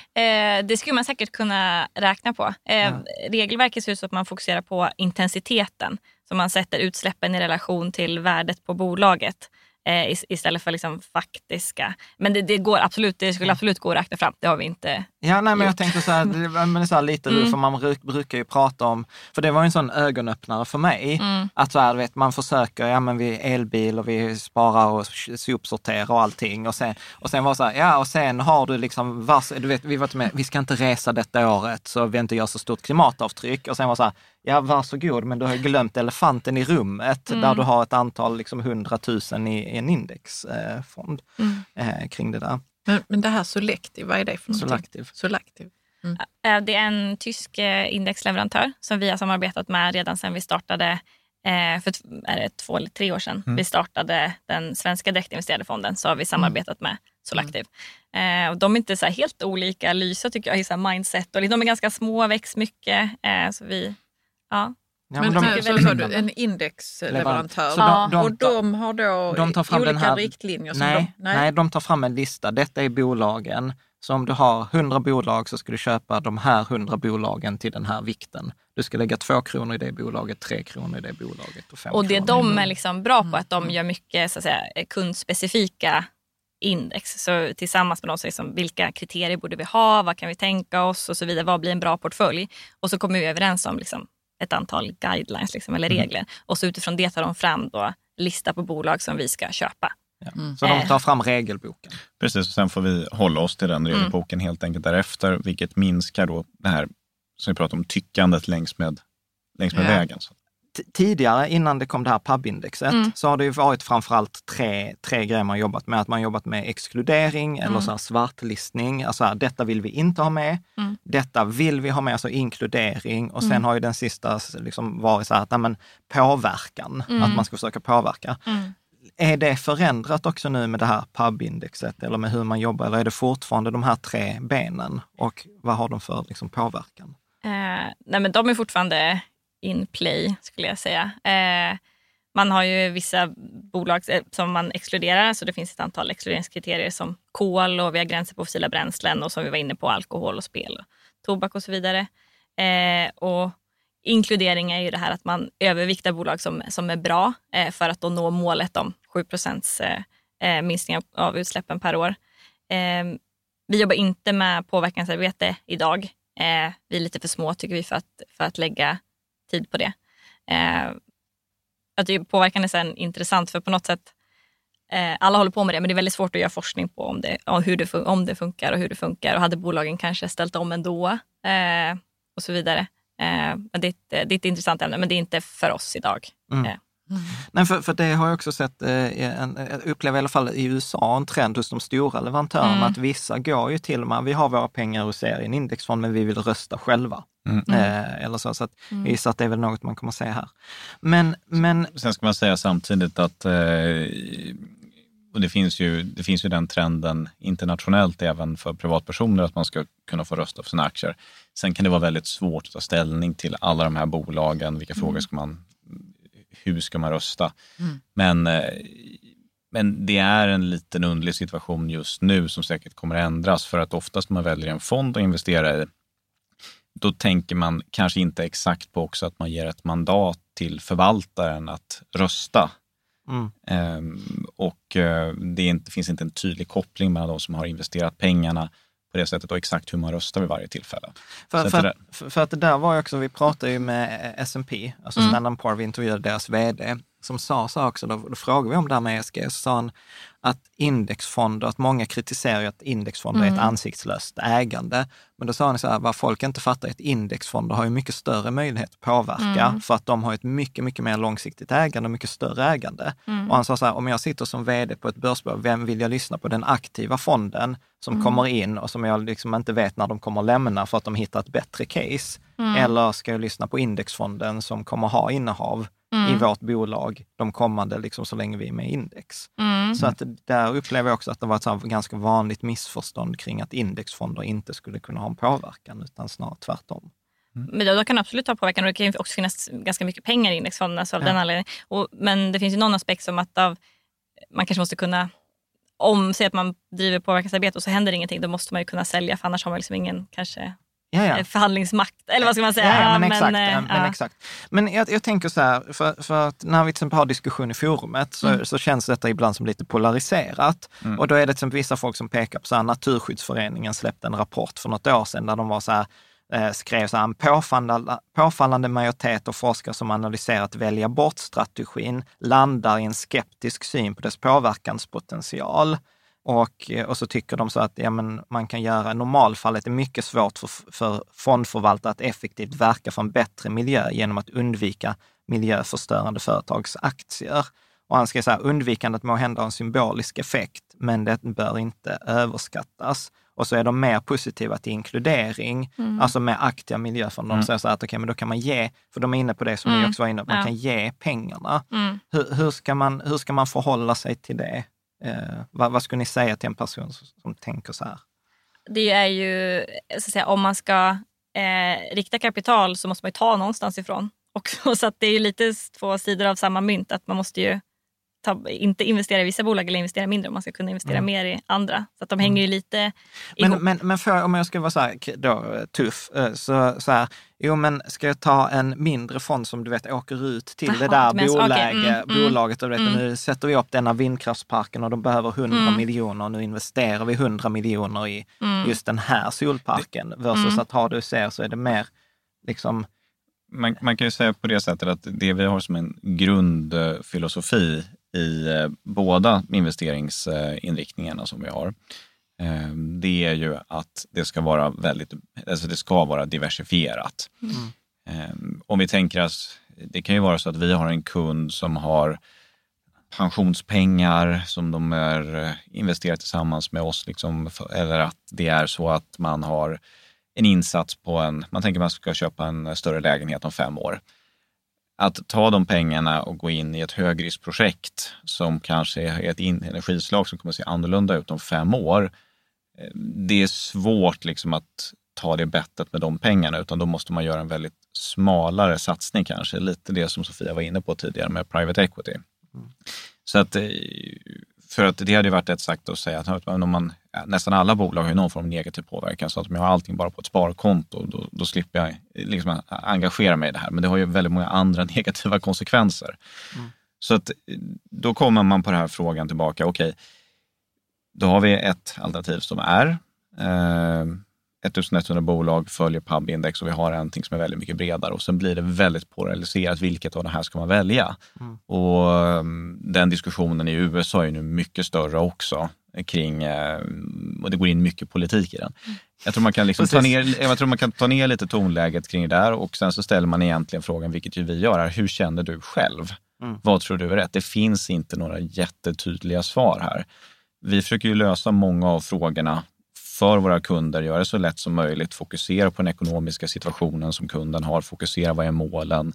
Eh, det skulle man säkert kunna räkna på. Eh, ja. Regelverket ser ut så att man fokuserar på intensiteten. Så man sätter utsläppen i relation till värdet på bolaget. Eh, istället för liksom faktiska. Men det, det går absolut, det skulle absolut gå att räkna fram. Det har vi inte Ja, nej, men gjort. Jag tänkte så här, det, men så här lite mm. för man bruk, brukar ju prata om, för det var en sån ögonöppnare för mig, mm. att så här, vet, man försöker, ja men vi är elbil och vi sparar och sopsorterar och allting och sen, och sen var så här, ja och sen har du liksom, vars, du vet, vi var med, vi ska inte resa detta året så vi inte gör så stort klimatavtryck och sen var så här, ja varsågod, men du har glömt elefanten i rummet mm. där du har ett antal liksom hundratusen i, i en indexfond eh, mm. eh, kring det där. Men, men det här Solactive, vad är det för någonting? Solactive. Solactive. Mm. Det är en tysk indexleverantör som vi har samarbetat med redan sedan vi startade, för är det två eller tre år sedan, mm. vi startade den svenska direktinvesterade fonden, så har vi samarbetat med Solactive. Mm. Och de är inte så här helt olika, Lysa tycker jag i så här mindset, och de är ganska små, växt mycket, så vi, ja. Ja, men, men de, så sa du, en indexleverantör ja. de, de, och de har då de tar fram olika den här, riktlinjer? Som nej, de, nej. nej, de tar fram en lista. Detta är bolagen. Så om du har hundra bolag så ska du köpa de här hundra bolagen till den här vikten. Du ska lägga två kronor i det bolaget, tre kronor i det bolaget och fem Och det kronor. de är liksom bra på, att de gör mycket så att säga, kundspecifika index. Så tillsammans med dem så liksom, vilka kriterier borde vi ha, vad kan vi tänka oss och så vidare. Vad blir en bra portfölj? Och så kommer vi överens om liksom, ett antal guidelines liksom, eller regler. Mm. Och så utifrån det tar de fram då lista på bolag som vi ska köpa. Ja. Mm. Så de tar fram regelboken. Precis, och sen får vi hålla oss till den regelboken mm. helt enkelt därefter, vilket minskar då det här som vi pratar om, tyckandet längs med, längs med ja. vägen. Så. Tidigare, innan det kom det här pubindexet, mm. så har det ju varit framförallt tre, tre grejer man jobbat med. Att man jobbat med exkludering eller mm. så här svartlistning. Alltså här, detta vill vi inte ha med. Mm. Detta vill vi ha med, alltså inkludering. Och sen mm. har ju den sista liksom varit så här, att, nej, men, påverkan. Mm. Att man ska försöka påverka. Mm. Är det förändrat också nu med det här pubindexet eller med hur man jobbar? Eller är det fortfarande de här tre benen? Och vad har de för liksom, påverkan? Eh, nej men de är fortfarande in play skulle jag säga. Eh, man har ju vissa bolag som man exkluderar, så det finns ett antal exkluderingskriterier som kol och vi har gränser på fossila bränslen och som vi var inne på alkohol och spel och tobak och så vidare. Eh, och inkludering är ju det här att man överviktar bolag som, som är bra eh, för att då nå målet om sju procent eh, minskning av, av utsläppen per år. Eh, vi jobbar inte med påverkansarbete idag. Eh, vi är lite för små tycker vi för att, för att lägga tid på det. Eh, att påverkan är sen intressant för på något sätt eh, alla håller på med det, men det är väldigt svårt att göra forskning på om det, om hur det, fun- om det funkar och hur det funkar och hade bolagen kanske ställt om ändå eh, och så vidare. Eh, men det, är ett, det är ett intressant ämne, men det är inte för oss idag. Mm. Eh. Mm. Nej, för, för det har jag också sett, eh, en, upplever i alla fall i U S A en trend hos de stora leverantörerna mm. att vissa går ju till och med, vi har våra pengar hos er i en indexfond men vi vill rösta själva. Mm. Eh, eller så, så att mm. jag gissar att det är väl något man kommer att säga här. Men, men... Sen ska man säga samtidigt att eh, och det finns ju, det finns ju den trenden internationellt även för privatpersoner att man ska kunna få rösta för sina aktier. Sen kan det vara väldigt svårt att ta ställning till alla de här bolagen, vilka mm. frågor ska man, hur ska man rösta? Mm. Men, men det är en liten underlig situation just nu som säkert kommer att ändras, för att oftast när man väljer en fond att investera i, då tänker man kanske inte exakt på också att man ger ett mandat till förvaltaren att rösta. Mm. Um, och uh, det är inte, finns inte en tydlig koppling mellan de som har investerat pengarna på det sättet och exakt hur man röstar vid varje tillfälle. För, för, att, för, för att det där var ju också, vi pratade ju med S and P, alltså mm. Standard and Poor, vi intervjuade deras vd, som sa så också, då, då frågade vi om det här med E S G, så sa han att indexfonder, att många kritiserar att indexfonder mm. är ett ansiktslöst ägande. Men då sa han så här, vad folk inte fattar är att indexfonder har ju mycket större möjlighet att påverka mm. för att de har ett mycket, mycket mer långsiktigt ägande och mycket större ägande. Mm. Och han sa så här, om jag sitter som vd på ett börsbolag, vem vill jag lyssna på? Den aktiva fonden som mm. kommer in och som jag liksom inte vet när de kommer lämna för att de hittar ett bättre case. Mm. Eller ska jag lyssna på indexfonden som kommer ha innehav Mm. i vårt bolag de kommande, liksom så länge vi är med i index. Mm. Så att där upplever jag också att det var ett så ganska vanligt missförstånd kring att indexfonder inte skulle kunna ha en påverkan, utan snarare tvärtom. Mm. Men då, då kan det absolut ha påverkan, och det kan ju också finnas ganska mycket pengar i indexfonderna. Så av ja. den anledningen. Och, men det finns ju någon aspekt som att av man kanske måste kunna, om säg att man driver påverkansarbete och så händer ingenting, då måste man ju kunna sälja, för annars har man liksom ingen kanske ja, ja. förhandlingsmakt, eller vad ska man säga? Ja, ja, men, men, exakt, men, men, ja. exakt. Men jag, jag tänker så här, för, för att när vi till exempel har diskussion i forumet så, mm. så känns detta ibland som lite polariserat. Mm. Och då är det till exempel vissa folk som pekar på så här, Naturskyddsföreningen släppte en rapport för något år sedan där de var så här, eh, skrev så här, en påfallande, påfallande majoritet av forskare som analyserat välja bort-strategin landar i en skeptisk syn på dess påverkanspotential. Och, och så tycker de så att ja, men man kan göra, i normalfallet är mycket svårt för, för fondförvaltare att effektivt verka för en bättre miljö genom att undvika miljöförstörande företags aktier. Och han ska säga undvikandet må hända en symbolisk effekt, men det bör inte överskattas. Och så är de mer positiva till inkludering, mm. alltså med aktiva miljöfonder. De säger så att okej, okay, men då kan man ge, för de är inne på det som mm. ni också var inne på, man ja. kan ge pengarna. Mm. Hur, hur, ska man, hur ska man förhålla sig till det? Eh, vad, vad skulle ni säga till en person som, som tänker så här? Det är ju, så att säga, om man ska eh, rikta kapital så måste man ju ta någonstans ifrån också. Så att det är ju lite två sidor av samma mynt, att man måste ju ta, inte investera i vissa bolag eller investera mindre om man ska kunna investera mm. mer i andra. Så att de hänger ju lite men, ihop. Men, men för, om jag ska vara så här, då, tuff, så, så här, jo men ska jag ta en mindre fond som du vet åker ut till Aha, det där boläge, okay. mm, bolaget och du vet, mm. nu sätter vi upp denna vindkraftsparken och de behöver hundra mm. miljoner och nu investerar vi hundra miljoner i mm. just den här solparken versus mm. att ha du ser så är det mer liksom. Man, man kan ju säga på det sättet att det vi har som en grundfilosofi i eh, båda investeringsinriktningarna som vi har, eh, det är ju att det ska vara väldigt, alltså det ska vara diversifierat. Mm. Eh, om vi tänker oss, det kan ju vara så att vi har en kund som har pensionspengar som de är investerat tillsammans med oss, liksom, eller att det är så att man har en insats på en, man tänker man ska köpa en större lägenhet om fem år. Att ta de pengarna och gå in i ett högriskprojekt som kanske är ett energislag som kommer att se annorlunda ut om fem år. Det är svårt liksom att ta det bettet med de pengarna, utan då måste man göra en väldigt smalare satsning kanske. Lite det som Sofia var inne på tidigare med private equity. Mm. Så att, för att det hade varit ett sagt att säga att om man, nästan alla bolag har ju någon form av negativ påverkan, så att om jag har allting bara på ett sparkonto då, då slipper jag liksom engagera mig i det här. Men det har ju väldigt många andra negativa konsekvenser. Mm. Så att då kommer man på den här frågan tillbaka. Okej, okay, då har vi ett alternativ som är eh, ettusenetthundra bolag följer P A B-index och vi har någonting som är väldigt mycket bredare, och sen blir det väldigt polariserat vilket av det här ska man välja. Mm. Och um, den diskussionen i U S A är nu mycket större också kring, uh, och det går in mycket politik i den. Mm. Jag tror man kan liksom ta ner, jag tror man kan ta ner lite tonläget kring det där, och sen så ställer man egentligen frågan, vilket ju vi gör här, hur känner du själv? Mm. Vad tror du är rätt? Det finns inte några jättetydliga svar här. Vi försöker ju lösa många av frågorna för våra kunder, göra det så lätt som möjligt, fokusera på den ekonomiska situationen som kunden har, fokusera vad är målen,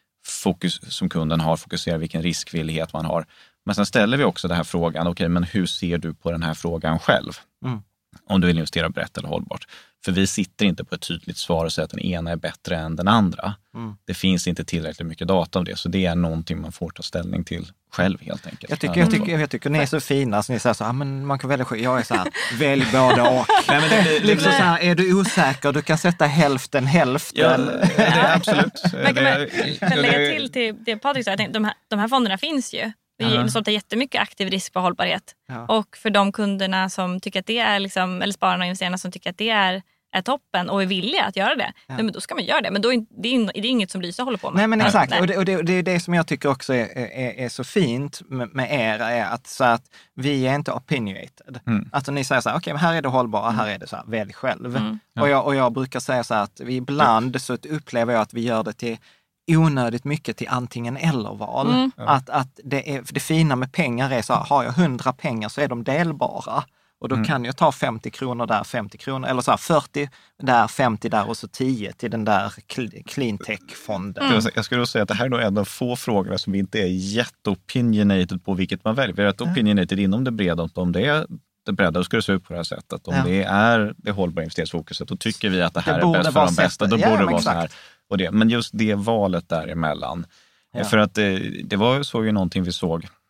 fokus som kunden har, fokusera vilken riskvillighet man har. Men sen ställer vi också den här frågan, okej, okay, men hur ser du på den här frågan själv? Mm. Om du vill investera brett eller hållbart. För vi sitter inte på ett tydligt svar och säger att den ena är bättre än den andra. Mm. Det finns inte tillräckligt mycket data om det, så det är någonting man får ta ställning till själv helt enkelt. Jag tycker, jag tycker, jag tycker ni är så fina, så ni säger så här, men man kan välja själv. Jag är så här, välj båda och. Nej, men det, det, liksom så här, är du osäker, du kan sätta hälften, hälften. Ja, det är absolut. Men kan man kan lägga till till det Patrik sa, jag tänkte, de, här, de här fonderna finns ju. Vi uh-huh. jättemycket aktiv risk på hållbarhet. Ja. Och för de kunderna som tycker att det är, liksom, eller spararna och investerarna som tycker att det är, är toppen och är villiga att göra det, ja. Nej, men då ska man göra det. Men då är det, är, det är inget som Lysa håller på med. Nej, men exakt. Nej. Och, det, och, det, och det är det som jag tycker också är, är, är så fint med, med er, är att, så att vi är inte opinionated. Mm. Att ni säger så här, okej, okay, här är det hållbara, här är det så här, välj själv. Mm. Ja. Och, jag, och jag brukar säga så här att vi ibland så upplever jag att vi gör det till onödigt mycket till antingen eller val. Mm. Att, att det, är, det fina med pengar är så här, har jag hundra pengar så är de delbara. Och då mm. kan jag ta femtio kronor där, femtio kronor, eller så här fyrtio där, femtio där och så tio till den där cleantech-fonden. Mm. Jag skulle då säga att det här är nog en av få frågor som vi inte är jätteopinionated på vilket man väljer. Vi är rätt mm. opinionated inom det breda, om det är det bredda, då ska det se ut på det här sättet. Om ja. det är det hållbara investeringsfokuset, då tycker vi att det här det är bäst för de bästa. Då ja, borde det vara exakt. Så här. Och det. Men just det valet däremellan. Ja. För att det, det var så ju någonting vi såg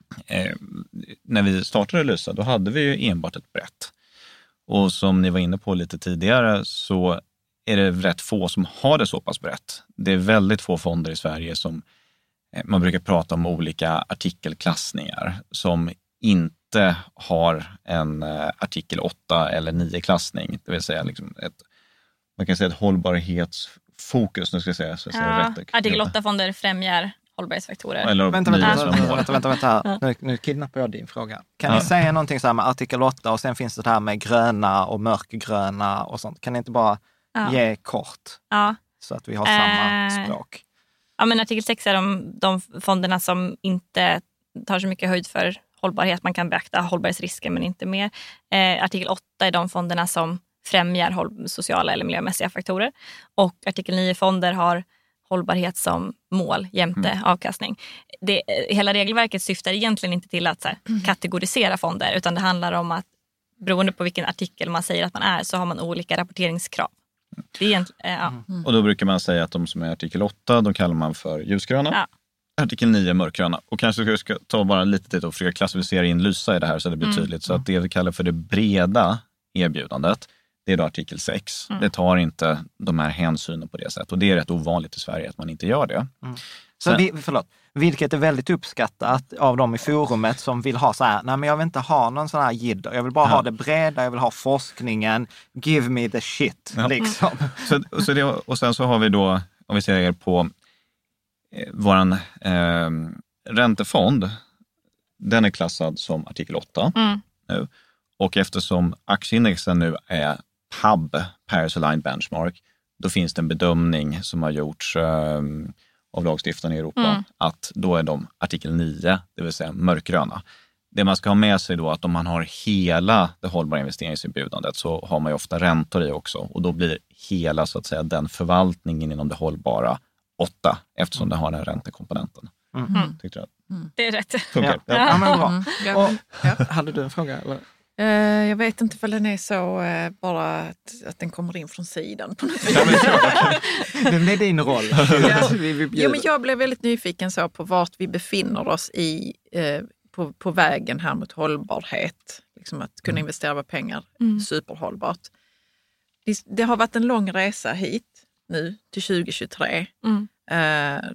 eh, när vi startade Lysa, då hade vi ju enbart ett brett. Och som ni var inne på lite tidigare så är det rätt få som har det så pass brett. Det är väldigt få fonder i Sverige som, eh, man brukar prata om olika artikelklassningar som inte har en eh, artikel åtta eller nio klassning. Det vill säga liksom ett, man kan säga ett hållbarhetsfokus. Nu ska jag säga, så jag ja, rätt. Artikel åtta-fonder främjar hållbarhetsfaktorer. Eller Vänta, vänta, nio vänta, som vänta, vänta, vänta, vänta. Nu, nu kidnappar jag din fråga. Kan Ja. ni säga någonting så här med artikel åtta och sen finns det här med gröna och mörkgröna och sånt? Kan ni inte bara Ja. ge kort Ja. så att vi har samma Eh. språk? Ja, men artikel sex är de, de fonderna som inte tar så mycket höjd för hållbarhet. Man kan beakta hållbarhetsrisker men inte mer. Eh, artikel åtta är de fonderna som främjar håll- sociala eller miljömässiga faktorer. Och artikel nio-fonder har hållbarhet som mål jämte Mm. avkastning. Det, hela regelverket syftar egentligen inte till att så här, kategorisera fonder, utan det handlar om att beroende på vilken artikel man säger att man är så har man olika rapporteringskrav. Det är egentligen, eh, ja. Och då brukar man säga att de som är artikel åtta, de kallar man för ljusgröna. Ja. Artikel nio mörkgröna. Och kanske ska jag ta bara lite tid och försöka klassificera in Lysa i det här så det blir Mm. tydligt. Så att det vi kallar för det breda erbjudandet, det är då artikel sex. Mm. Det tar inte de här hänsynen på det sättet. Och det är rätt ovanligt i Sverige att man inte gör det. Så Sen- vi, förlåt, vilket är väldigt uppskattat av dem i forumet som vill ha så här, nej men jag vill inte ha någon sån här jidder, jag vill bara Ja. ha det breda, jag vill ha forskningen, give me the shit, Ja. liksom. Så, så det, och sen så har vi då, om vi ser på eh, våran eh, räntefond, den är klassad som artikel åtta. Mm. Nu. Och eftersom aktieindexen nu är P A B, Paris Aligned Benchmark, då finns det en bedömning som har gjorts eh, av lagstiftaren i Europa Mm. att då är de artikel nio, det vill säga mörkgröna. Det man ska ha med sig då att om man har hela det hållbara investeringserbjudandet så har man ju ofta räntor i också och då blir hela så att säga den förvaltningen inom det hållbara åtta eftersom det har den räntekomponenten. Mm. Tyckte du Det är rätt. det funkar? Ja, ja men bra. Mm. Ja. Och, Ja. hade du en fråga? Eller? Eh, jag vet inte om den är så eh, bara att, att den kommer in från sidan på något vis. Ja, men så- Det blir din roll. Ja. vi, vi Jo, men jag blev väldigt nyfiken så på vart vi befinner oss i eh, på, på vägen här mot hållbarhet. Liksom att kunna investera våra pengar Mm. superhållbart. Det, det har varit en lång resa hit nu till tjugo tjugotre. Mm. Eh,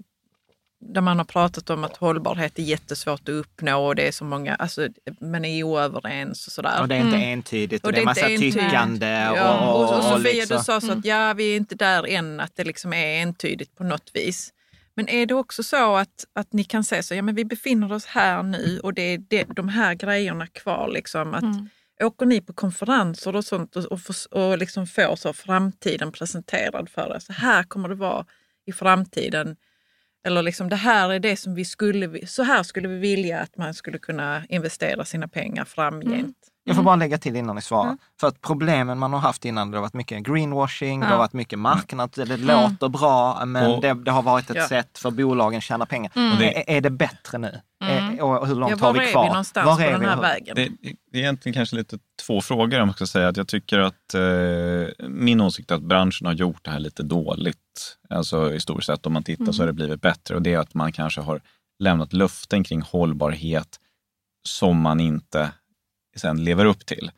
där man har pratat om att hållbarhet är jättesvårt att uppnå och det är så många, alltså man är oöverens och sådär. Och det är inte Mm. entydigt och, Och det är det är massa inte entydigt. tyckande. Ja, och, och, och Sofia, liksom. du sa så att ja, vi är inte där än att det liksom är entydigt på något vis. Men är det också så att, att ni kan säga så, ja men vi befinner oss här nu och det är det, de här grejerna kvar liksom. Att, Mm. åker ni på konferenser och sånt och, och, får- och liksom får så framtiden presenterad för er? Så här kommer det vara i framtiden. Eller liksom det här är det som vi skulle, så här skulle vi vilja att man skulle kunna investera sina pengar framgent. Mm. Jag får bara lägga till innan ni svarar. För att problemen man har haft innan, det har varit mycket greenwashing, det har Ja. varit mycket marknad, det låter bra, men Och- det, det har varit ett Ja. sätt för bolagen att tjäna pengar. Mm. Och det- Är, är det bättre nu? Mm. Är, och hur långt Ja, har var vi är kvar? vi någonstans Var på är den vi? här vägen? Det, det är egentligen kanske lite två frågor om jag ska säga. Att jag tycker att eh, min åsikt är att branschen har gjort det här lite dåligt. Alltså i stort sett om man tittar så har det blivit bättre. Och det är att man kanske har lämnat löften kring hållbarhet som man inte sen lever upp till.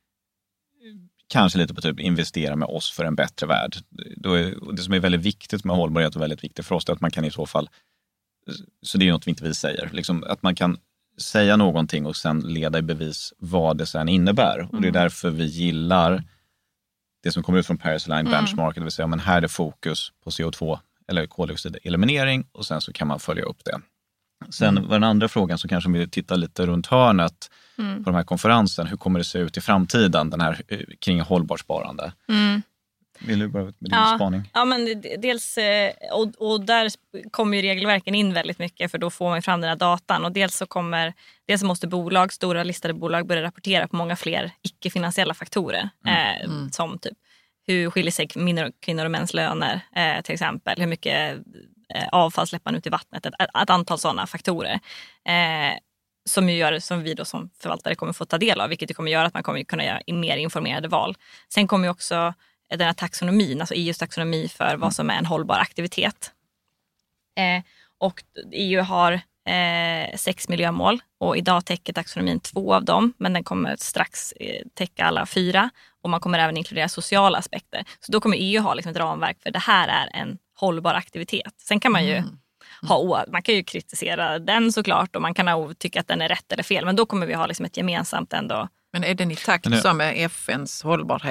Kanske lite på typ investera med oss för en bättre värld. Då är, och det som är väldigt viktigt med hållbarhet och väldigt viktigt för oss är att man kan i så fall, så det är ju något vi inte vi säger, liksom att man kan säga någonting och sen leda i bevis vad det sen innebär. Och det är därför vi gillar det som kommer ut från Paris Aligned Mm. Benchmark, det vill säga men här är det fokus på C O två eller koldioxideliminering och sen så kan man följa upp det. Sen var den andra frågan så kanske vi tittar lite runt hörnet Mm. på den här konferensen. Hur kommer det se ut i framtiden den här eh, kring hållbart sparande? Mm. Vill du börja med din Ja. spaning? Ja, men d- dels, eh, och, och där kommer ju regelverken in väldigt mycket för då får man ju fram den här datan. Och dels så kommer, dels så måste bolag, stora listade bolag börja rapportera på många fler icke-finansiella faktorer. Eh, Som typ hur skiljer sig kvinnor, kvinnor och mäns löner eh, till exempel. Hur mycket eh, avfall släpper man ut i vattnet. Ett, ett antal sådana faktorer. Eh, som ju gör, som vi då som förvaltare kommer få ta del av. Vilket det kommer göra att man kommer kunna göra mer informerade val. Sen kommer ju också den här taxonomin, alltså E U:s taxonomi för vad som är en hållbar aktivitet. Eh, och E U har eh, sex miljömål och idag täcker taxonomin två av dem, men den kommer strax eh, täcka alla fyra och man kommer även inkludera sociala aspekter. Så då kommer E U ha liksom ett ramverk för det här är en hållbar aktivitet. Sen kan man ju mm. ha, man kan ju kritisera den såklart och man kan tycka att den är rätt eller fel, men då kommer vi ha liksom ett gemensamt ändå. Men är den i takt det... som med F N:s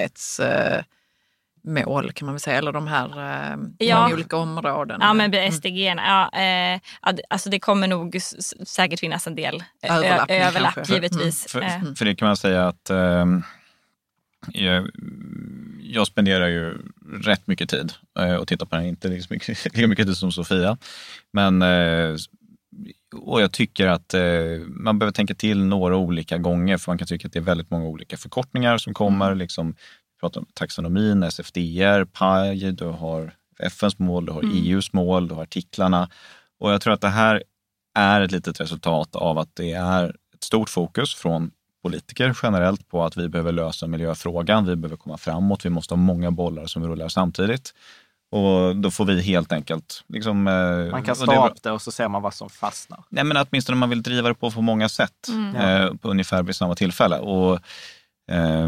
hållbarhetsmål eh, kan man väl säga, eller de här eh, ja. olika områdena? Ja, men S D G, ja, eh, alltså det kommer nog s- säkert finnas en del överlapp, ö- överlapp givetvis. Mm. För, för det kan man säga att eh, jag, jag spenderar ju rätt mycket tid eh, och tittar på den, inte lika mycket, lika mycket tid som Sofia, men eh, och jag tycker att eh, man behöver tänka till några olika gånger, för man kan tycka att det är väldigt många olika förkortningar som kommer. Mm. Liksom, vi pratar om taxonomin, S F D R, P A I, du har F N:s mål, du har mm. E U:s mål, du har artiklarna. Och jag tror att det här är ett litet resultat av att det är ett stort fokus från politiker generellt på att vi behöver lösa miljöfrågan, vi behöver komma framåt, vi måste ha många bollar som rullar samtidigt. Och då får vi helt enkelt... Liksom, man kan starta upp det och så ser man vad som fastnar. Nej, men åtminstone man vill driva det på för många sätt. Mm. Eh, på ungefär vid samma tillfälle. Och, eh,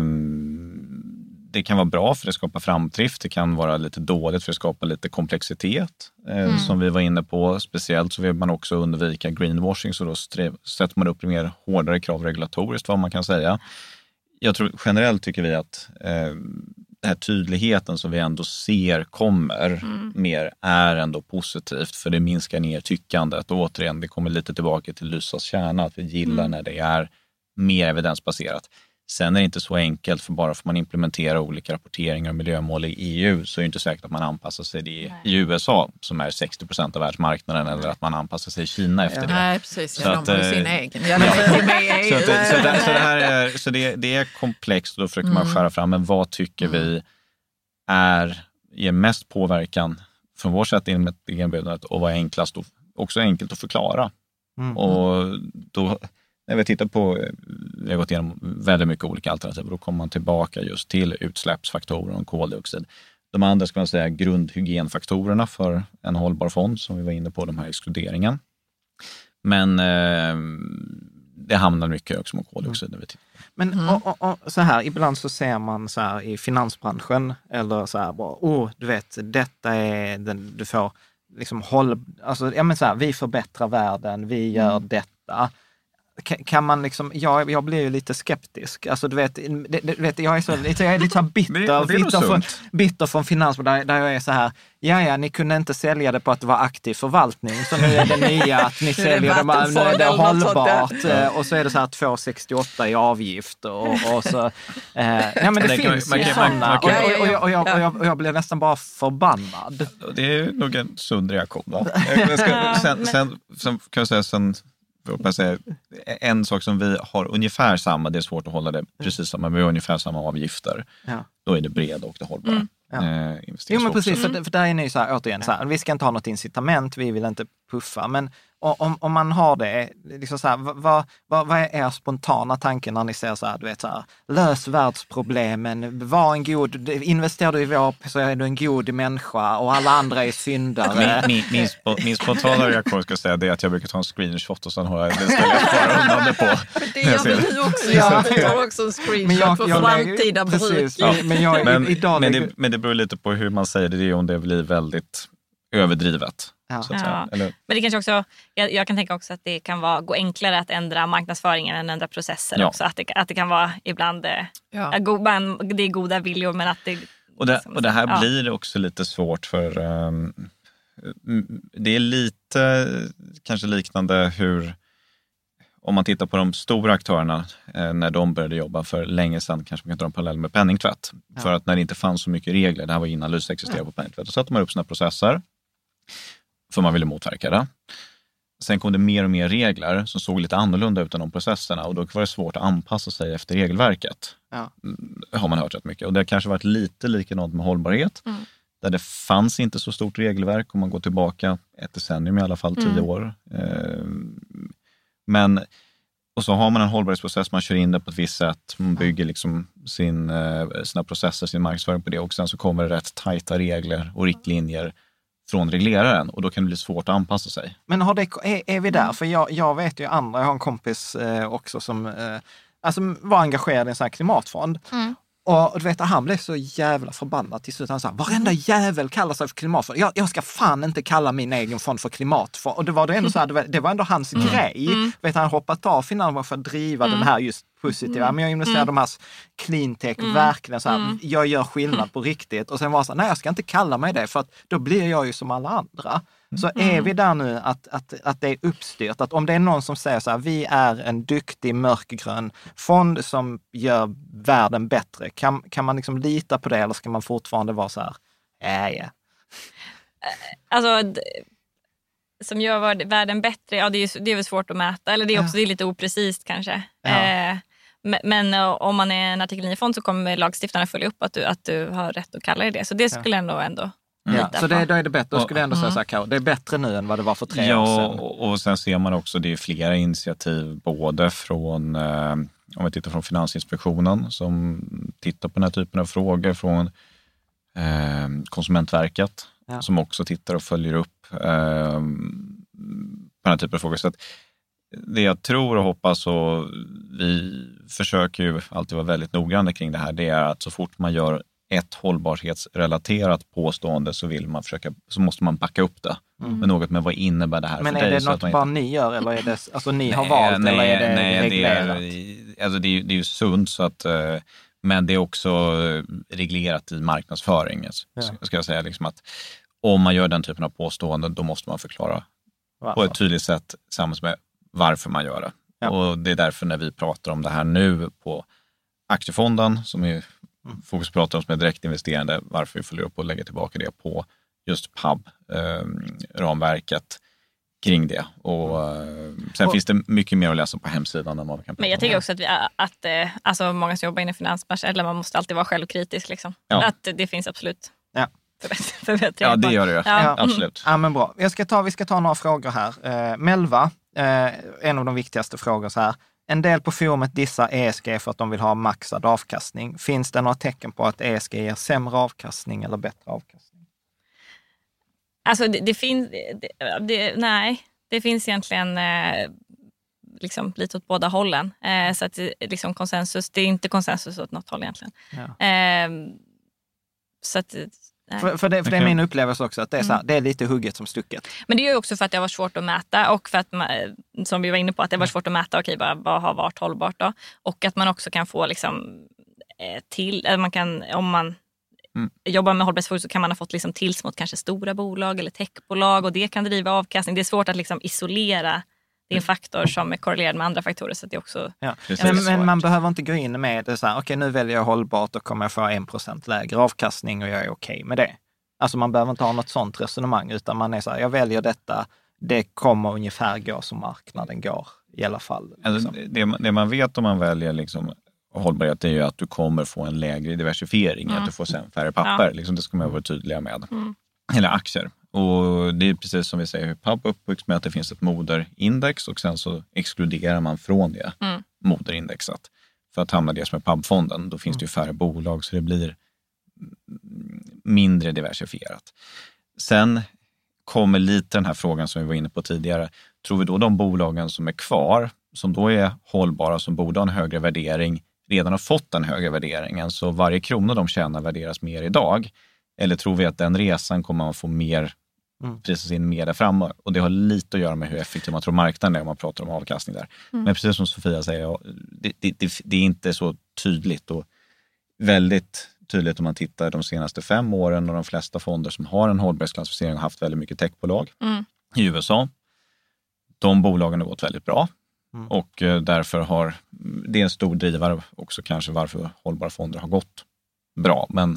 det kan vara bra för det skapar framdrift. Det kan vara lite dåligt för det skapar lite komplexitet. Eh, mm. Som vi var inne på. Speciellt så vill man också undvika greenwashing. Så då strev, sätter man upp mer hårdare krav regulatoriskt, vad man kan säga. Jag tror generellt tycker vi att... Eh, den här tydligheten som vi ändå ser kommer mm. mer är ändå positivt, för det minskar ner tyckandet. Och återigen, det kommer lite tillbaka till Lysas kärna, att vi gillar mm. när det är mer evidensbaserat. Sen är det inte så enkelt, för bara för man implementerar olika rapporteringar och miljömål i E U så är det inte säkert att man anpassar sig det i U S A som är sextio procent av världsmarknaden, eller att man anpassar sig i Kina efter det. Nej, precis. Så att, de har sin egen. Ja, ja. Så, att, så, det, så det här är, så det, det är komplext, och då försöker mm. man skära fram, men vad tycker mm. vi är, ger mest påverkan från vår sätt inom ett egenbjudandet och vad är enklast och också enkelt att förklara. Mm. Och då, när vi tittar på, vi har gått igenom väldigt mycket olika alternativ, och då kommer man tillbaka just till utsläppsfaktorer och koldioxid. De andra ska man säga grundhygienfaktorerna för en hållbar fond, som vi var inne på, de här exkluderingen. Men eh, det hamnar mycket också om koldioxid när vi tittar. Men mm. och, och, och, så här, ibland så ser man så här i finansbranschen, eller så här bara, oh, du vet, detta är den, du får liksom håll, alltså, ja men så här, vi förbättrar världen, vi gör mm. detta. Kan man liksom, jag, jag blir ju lite skeptisk. Alltså du vet, det, det, vet jag är så lite, jag är lite så bitter, det, det bitter, från, bitter från finans, där, där jag är så här, ja ja, ni kunde inte sälja det på att det var aktiv förvaltning, så nu är det nya att ni säljer det, man, det är hållbart, ja. Och så är det så här två komma sextioåtta i avgift och, och så, eh, nej men det, det finns man, ju man, sådana, man, man, och, och, och, och, jag, och, jag, och jag blir nästan bara förbannad. Det är nog en sund reaktion då. Ska, sen, sen, sen kan jag säga sen Säga, en sak som vi har ungefär samma, det är svårt att hålla det precis samma, men vi har ungefär samma avgifter. Ja. Då är det breda och det hållbara. Mm. Ja. Eh, jo men precis, för, för där är ni så här, återigen, så här, vi ska inte ha något incitament, vi vill inte puffa, men om, om man har det, liksom så här, vad, vad, vad är er spontana tanken när ni ser så här, du vet så här, lös världsproblemen, var en god, investerar du i vår så är du en god människa och alla andra är syndare. Min, min, min, min spontana reaktion ska säga det är att jag brukar ta en screenshot och sen har jag det ställer jag bara undan det på. Det gör väl du också, jag tar också en screenshot jag, för jag, framtida bruk. Ja. Men, jag, men, idag men, det, men det beror lite på hur man säger det, det är om det blir väldigt överdrivet. Ja. Så att säga. Eller? Men det kanske också, jag, jag kan tänka också att det kan vara, gå enklare att ändra marknadsföringen än ändra processer ja. också. Att det, att det kan vara ibland, ja. go, man, det är goda viljor men att det... Och det, och det här ja. blir också lite svårt för um, det är lite kanske liknande hur, om man tittar på de stora aktörerna eh, när de började jobba för länge sedan, kanske man kan dra en parallell med penningtvätt. Ja. För att när det inte fanns så mycket regler, det här var innan Lysa existerade ja. på penningtvätt, då satte man upp sina processer för man ville motverka det. Sen kom det mer och mer regler som såg lite annorlunda ut än de processerna, och då var det svårt att anpassa sig efter regelverket. Ja. Har man hört rätt mycket. Och det har kanske varit lite likadant med hållbarhet. Mm. Där det fanns inte så stort regelverk om man går tillbaka ett decennium i alla fall, tio mm. år. Men, och så har man en hållbarhetsprocess, man kör in det på ett visst sätt, man bygger liksom sin, sina processer, sin marknadsföring på det, och sen så kommer det rätt tajta regler och riktlinjer från regleraren och då kan det bli svårt att anpassa sig. Men har det, är, är vi där? För jag, jag vet ju andra, jag har en kompis eh, också som eh, alltså, var engagerad i en sån här klimatfond. Mm. Och du vet, han blev så jävla förbannad till slut. Han sa, varenda jävel kallar sig för klimatfond. Jag, jag ska fan inte kalla min egen fond för klimatfond. Och det var, det ändå så här, det, var, det var ändå hans mm. grej. Mm. Vet, han hoppat av finansen för att driva mm. den här just positiva. Men jag investerar mm. de här cleantech, mm. verkligen så här, mm. jag gör skillnad på riktigt. Och sen var det så här, nej jag ska inte kalla mig det för att då blir jag ju som alla andra. Så mm. är vi där nu att, att, att det är uppstyrt. Att om det är någon som säger så här, vi är en duktig mörkgrön fond som gör världen bättre. Kan, kan man liksom lita på det eller ska man fortfarande vara så här, äh, ja. Alltså, d- som gör världen bättre, ja det är, det är väl svårt att mäta. Eller det är också ja. det är lite oprecist kanske. Ja. Eh, men, men om man är en artikel nio-fond så kommer lagstiftarna följa upp att du, att du har rätt att kalla det det. Så det skulle ja. ändå ändå... Ja, så det, då är det bättre, då skulle jag ändå säga så här, Karo, det är bättre nu än vad det var för tre ja, år sedan. Och, och sen ser man också, det är flera initiativ både från, eh, om vi tittar från Finansinspektionen som tittar på den här typen av frågor, från eh, Konsumentverket ja. som också tittar och följer upp eh, på den här typen av frågor. Så att det jag tror och hoppas, och vi försöker ju alltid vara väldigt noggranna kring det här, det är att så fort man gör ett hållbarhetsrelaterat påstående så vill man försöka, så måste man backa upp det mm. med något med vad innebär det här men för dig. Men är det något bara inte... ni gör eller är det, alltså ni nej, har valt nej, eller är det nej, reglerat? Det är, alltså det är, det är ju sunt så att, men det är också reglerat i marknadsföring. Ja. Ska jag säga liksom att om man gör den typen av påståenden då måste man förklara varför? På ett tydligt sätt tillsammans med varför man gör det. Ja. Och det är därför när vi pratar om det här nu på aktiefonden som är fokus pratar om som är direktinvesterande, varför vi följer upp och lägger tillbaka det på just P A B-ramverket eh, kring det. Och eh, sen och, finns det mycket mer att läsa på hemsidan än vad vi kan prata. Men jag tycker också att, vi, att eh, alltså många som jobbar inom finansbranschen, eller man måste alltid vara självkritisk liksom. Ja. Att det finns absolut ja. förbättringar. Ja, det gör det ju. Ja. Ja. Absolut. Ja, men bra. Jag ska ta, vi ska ta några frågor här. Eh, Melva, eh, en av de viktigaste frågor så här. En del på forumet dissar E S G för att de vill ha maxad avkastning. Finns det några tecken på att E S G ger sämre avkastning eller bättre avkastning? Alltså det, det finns, det, det, nej, det finns egentligen eh, liksom lite åt båda hållen. Eh, så att liksom konsensus, det är inte konsensus åt något håll egentligen. Ja. Eh, så att... För, för, det, för det är min upplevelse också att det är, så här, det är lite hugget som stucket. Men det är ju också för att det var svårt att mäta och för att man, som vi var inne på, att det var svårt att mäta, okej, bara, vad har varit hållbart då? Och att man också kan få liksom till, man kan, om man mm. jobbar med hållbarhetsfrågor så kan man ha fått liksom tills mot kanske stora bolag eller techbolag och det kan driva avkastning. Det är svårt att liksom isolera. Det är en faktor som är korrelerad med andra faktorer så att det också... Ja. Men, men man behöver inte gå in med det så här, okej okay, nu väljer jag hållbart och kommer jag få en procent lägre avkastning och jag är okej okay med det. Alltså man behöver inte ha något sånt resonemang utan man är så här, jag väljer detta, det kommer ungefär gå som marknaden går i alla fall. Liksom. Alltså, det, det man vet om man väljer liksom, hållbarhet är ju att du kommer få en lägre diversifiering, mm. att du får sen färre papper. Ja. Liksom, det ska man vara tydliga med. Mm. Eller aktier. Och det är precis som vi säger hur P A B uppbyggs med att det finns ett moderindex och sen så exkluderar man från det mm. moderindexet. För att hamna det som är P A B-fonden, då finns det ju färre bolag så det blir mindre diversifierat. Sen kommer lite den här frågan som vi var inne på tidigare. Tror vi då de bolagen som är kvar, som då är hållbara, som borde ha en högre värdering, redan har fått en högre värdering, så varje krona de tjänar värderas mer idag? Eller tror vi att den resan kommer man få mer mm. prisas in mer där framme? Och det har lite att göra med hur effektiv man tror marknaden är om man pratar om avkastning där. Mm. Men precis som Sofia säger, det, det, det, det är inte så tydligt och väldigt tydligt om man tittar de senaste fem åren och de flesta fonder som har en hållbarhetsklassificering har haft väldigt mycket techbolag mm. i U S A. De bolagen har gått väldigt bra mm. och därför har det är en stor drivare också kanske varför hållbara fonder har gått bra. Men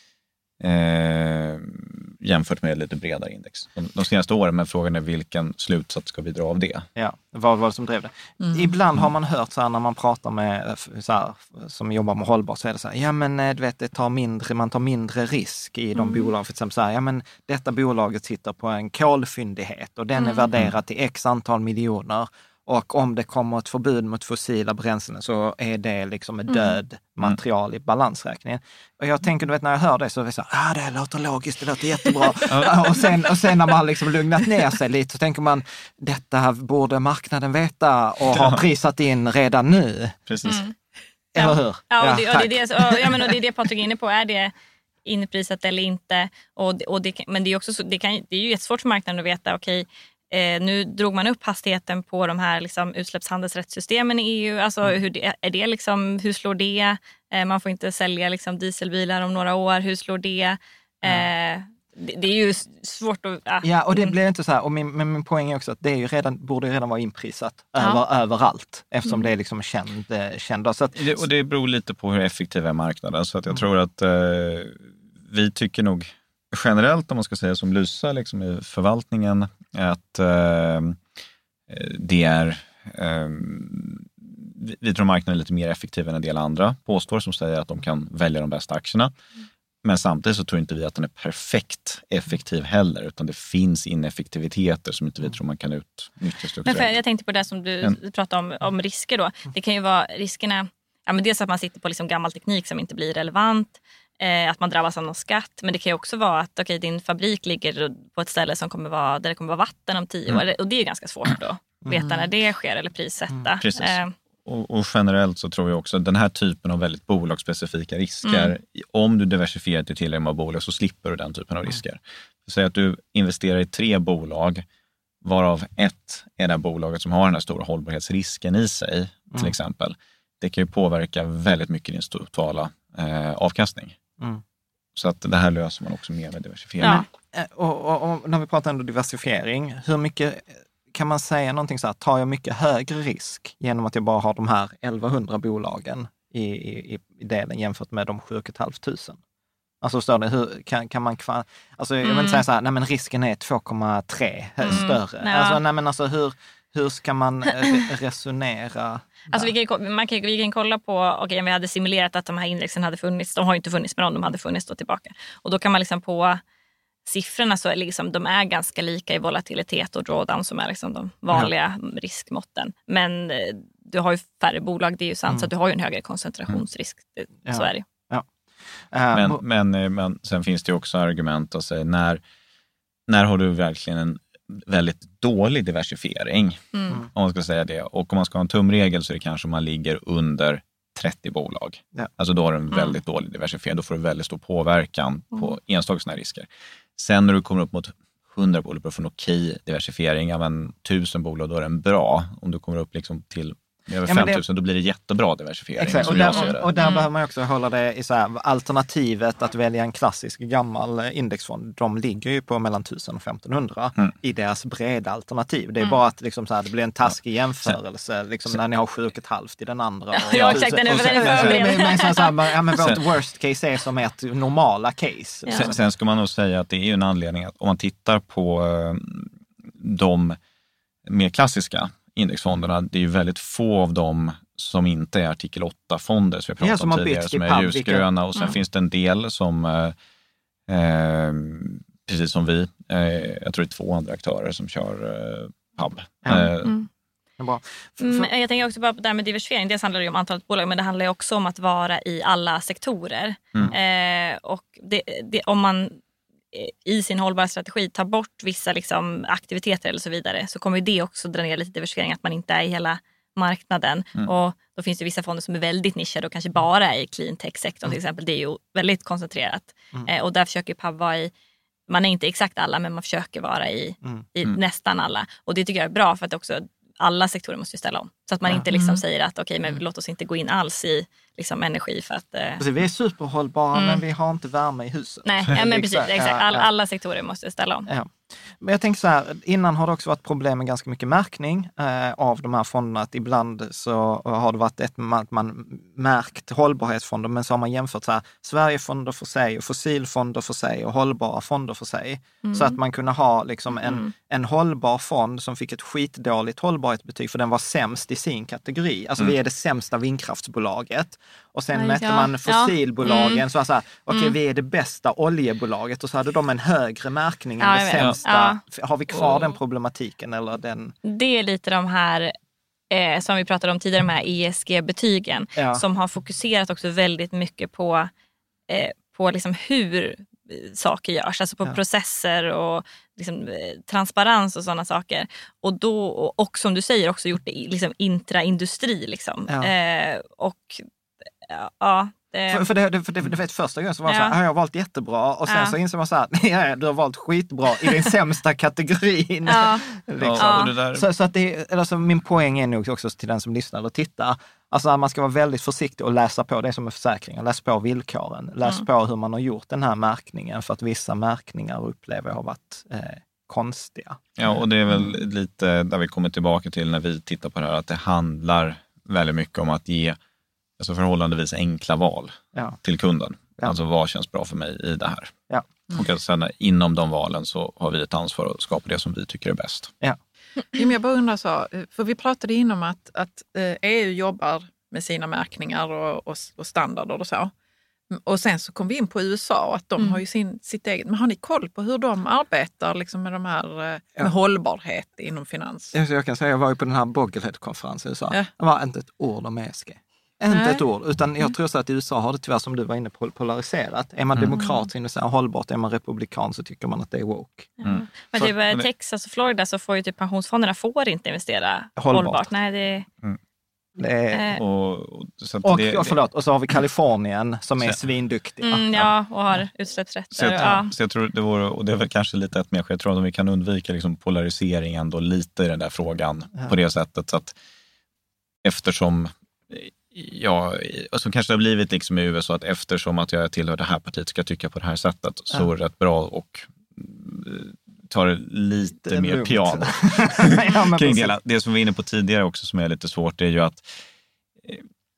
Eh, jämfört med lite bredare index de, de senaste åren, men frågan är vilken slutsats ska vi dra av det? Ja, vad var det som drev det? Mm. Ibland har man hört så här när man pratar med så här, som jobbar med hållbart så är det så här, ja men du vet det tar mindre, man tar mindre risk i de mm. bolagen för exempel så här, ja men detta bolaget sitter på en kolfyndighet och den mm. är värderad till x antal miljoner Och om det kommer ett förbud mot fossila bränslen så är det liksom ett död material i balansräkningen. Och jag tänker, du vet, när jag hör det så är det så här, ah, det låter logiskt, det låter jättebra. och, sen, och sen när man liksom lugnat ner sig lite så tänker man, detta borde marknaden veta och ha prisat in redan nu. Precis. Mm. Eller ja. hur? Ja, och det, och det, är det, och, ja, men, och det är det Patrik är inne på. Är det inprisat eller inte? Och, och det, men det är också så, det, kan, det är ju jättesvårt för marknaden att veta, okej, eh, nu drog man upp hastigheten på de här liksom, utsläppshandelsrättssystemen i E U. Alltså, mm. hur, det, är det liksom, hur slår det? Eh, man får inte sälja liksom, dieselbilar om några år. Hur slår det? Mm. Eh, det, det är ju svårt att... Ah, ja, och det blir inte så här. Och min, men min poäng är också att det är ju redan, borde redan vara inprisat ja. över, överallt. Eftersom mm. det är liksom känd. känd så att, det, och det beror lite på hur effektiv är marknaden. Så att jag mm. tror att eh, vi tycker nog generellt, om man ska säga som Lysa liksom, i förvaltningen, att eh, det är... Eh, vi, vi tror marknaden är lite mer effektiv än en del andra påstår som säger att de kan välja de bästa aktierna. Mm. Men samtidigt så tror inte vi att den är perfekt effektiv heller, utan det finns ineffektiviteter som inte vi tror man kan utnyttja strukturellt. Men för jag tänkte på det som du en, pratade om, om risker då. Det kan ju vara riskerna, ja, men dels att man sitter på liksom gammal teknik som inte blir relevant, eh, att man drabbas av någon skatt, men det kan ju också vara att okay, din fabrik ligger på ett ställe som kommer vara, där det kommer vara vatten om tio mm. år, och det är ju ganska svårt då, veta mm. när det sker eller prissätta. Mm. Precis. Eh, Och, och generellt så tror jag också att den här typen av väldigt bolagsspecifika risker, mm. om du diversifierar till tillräckligt många bolag så slipper du den typen av risker. Mm. Säg att du investerar i tre bolag, varav ett är det bolaget som har den här stora hållbarhetsrisken i sig, till mm. exempel. Det kan ju påverka väldigt mycket din totala eh, avkastning. Mm. Så att det här löser man också mer med diversifiering. Ja. Och, och, och när vi pratar om diversifiering, hur mycket... Kan man säga någonting så här, tar jag mycket högre risk genom att jag bara har de här elvahundra bolagen i, i, i delen jämfört med de sju och ett halvt tusen? Alltså står det, hur kan, kan man kvar, alltså jag vill inte säga så här, nej men risken är två komma tre mm. större. Ja. Alltså nej men alltså hur, hur ska man resonera? Alltså vi kan, man kan, vi kan kolla på, okej okay, om vi hade simulerat att de här indexen hade funnits, de har ju inte funnits men om de hade funnits då tillbaka. Och då kan man liksom på siffrorna så är liksom, de är ganska lika i volatilitet och drawdown som är liksom de vanliga ja. riskmåtten. Men du har ju färre bolag, det är ju sant, mm. så att du har ju en högre koncentrationsrisk. Mm. Så ja. är det. Ja. Uh, men, men, men sen finns det också argument att säga när, när har du verkligen en väldigt dålig diversifiering, mm. om man ska säga det. Och om man ska ha en tumregel så är det kanske om man ligger under trettio bolag. Ja. Alltså då har du en väldigt mm. dålig diversifiering. Då får du väldigt stor påverkan mm. på enstaka sådana risker. Sen när du kommer upp mot hundra bolag på en okej diversifiering av en tusen bolag, då är den bra. Om du kommer upp liksom till över ja, femtusen, då blir det jättebra diversifiering. Exakt, och där, och där mm. behöver man också hålla det i så här, alternativet att välja en klassisk gammal indexfond. De ligger ju på mellan tusen och femtonhundra mm. i deras breda alternativ. Det är mm. bara att liksom så här, det blir en taskig jämförelse liksom, när ni har sju och ett halvt i den andra. Ja, exakt. Den är för men vårt worst case är som ett normala case. Ja. Sen, sen ska man nog säga att det är ju en anledning att om man tittar på de mer klassiska indexfonderna, det är ju väldigt få av dem som inte är artikel åtta-fonder som vi pratade ja, om tidigare, som är ljusgröna. Och sen mm. finns det en del som, eh, precis som vi, eh, jag tror det är två andra aktörer som kör eh, pub. Ja. Mm. Eh, Bra. Mm, jag tänker också bara på det här med diversifiering. Dels handlar det ju om antalet bolag, men det handlar ju också om att vara i alla sektorer. Mm. Eh, och det, det, om man i sin hållbara strategi tar bort vissa liksom, aktiviteter eller så vidare, så kommer det också dra ner lite diversifiering, att man inte är i hela marknaden. Mm. Och då finns det vissa fonder som är väldigt nischade och kanske bara är i clean tech-sektorn mm. till exempel. Det är ju väldigt koncentrerat. Mm. Eh, och där försöker P A B vara i, man är inte exakt alla, men man försöker vara i, mm. i mm. nästan alla. Och det tycker jag är bra, för att också alla sektorer måste ju ställa om. Så att man ja. inte liksom mm. säger att okej, okay, men låt oss inte gå in alls i liksom, energi för att... Eh... Alltså, vi är superhållbara mm. men vi har inte värme i huset. Nej, ja, men precis. Exakt. All, alla sektorer måste ställa om. Ja. Men jag tänker så här, innan har det också varit problem med ganska mycket märkning eh, av de här fonderna. Att ibland så har det varit ett att man märkt hållbarhetsfonder, men så har man jämfört så här, Sverigefonder för sig och fossilfonder för sig och hållbara fonder för sig. Mm. Så att man kunde ha liksom en, mm. en hållbar fond som fick ett skitdåligt hållbarhetsbetyg för den var sämst i sin kategori. Alltså mm. vi är det sämsta vindkraftsbolaget. Och sen ja, mätte ja. man fossilbolagen ja. mm. så var så här, okej okay, mm. vi är det bästa oljebolaget, och så hade de en högre märkning än ja, det sämsta. Ja. Har vi kvar och den problematiken eller den? Det är lite de här eh, som vi pratade om tidigare, de här E S G-betygen Ja. som har fokuserat också väldigt mycket på, eh, på liksom hur saker görs, alltså på Ja. processer och liksom, eh, transparens och sådana saker. Och då, och, och som du säger, också gjort det i liksom, intraindustri. Liksom. Ja. Eh, och ja, ja det, För, för, det, det, för det, det vet, första gången så var det Ja. så här, "Ah, jag har valt jättebra", och sen Ja. så inser man så här, nej, du har valt skitbra i den sämsta kategorin. Ja. liksom. Ja, och det där, Så, så att det, alltså, min poäng är nog också till den som lyssnar och tittar, alltså man ska vara väldigt försiktig och läsa på det som är försäkringar, läs på villkoren, läs Mm. på hur man har gjort den här märkningen, för att vissa märkningar upplever jag har varit eh, konstiga. ja, och det är väl lite där vi kommer tillbaka till när vi tittar på det här, att det handlar väldigt mycket om att ge alltså förhållandevis enkla val Ja. till kunden. Ja. Alltså vad känns bra för mig i det här. Ja. Och att sen inom de valen så har vi ett ansvar att skapa det som vi tycker är bäst. Ja. Ja, men jag bara undrar så, för vi pratade innan att, att E U jobbar med sina märkningar och, och, och standarder och så. Och sen så kom vi in på U S A och att de Mm. har ju sin, sitt eget. Men har ni koll på hur de arbetar liksom med de här eh, Ja. med hållbarhet inom finans? Jag, jag kan säga, jag var ju på den här Boglehead-konferensen i U S A. Ja. Det var inte ett ord om E S G. Inte Nej. ett ord, utan jag tror så att i U S A har det tyvärr, som du var inne på, polariserat. Är man Mm. demokrat så är det så här hållbart, är man republikan så tycker man att det är woke. Mm. Men Så- typ men- Texas och Florida så får ju typ pensionsfonderna får inte investera Hållbart. hållbart. Nej, det, Det är, eh, Och, och, så att och, det, och, förlåt, och så har vi Kalifornien som är Så- svinduktiga. mm, ja, och har Så utsläppsrätter. jag, Ja. så jag tror det vore, och det är väl kanske lite ett mer, jag tror att om vi kan undvika liksom polariseringen då lite i den där frågan Ja. på det sättet, så att eftersom ja, alltså kanske det har blivit liksom i U S A att eftersom att jag tillhör det här partiet ska jag tycka på det här sättet, så Ja. är det rätt bra och mm, tar det lite Det är mer lugnt. piano. Ja, men Kring precis. det, det som vi var inne på tidigare också som är lite svårt, det är ju att eh,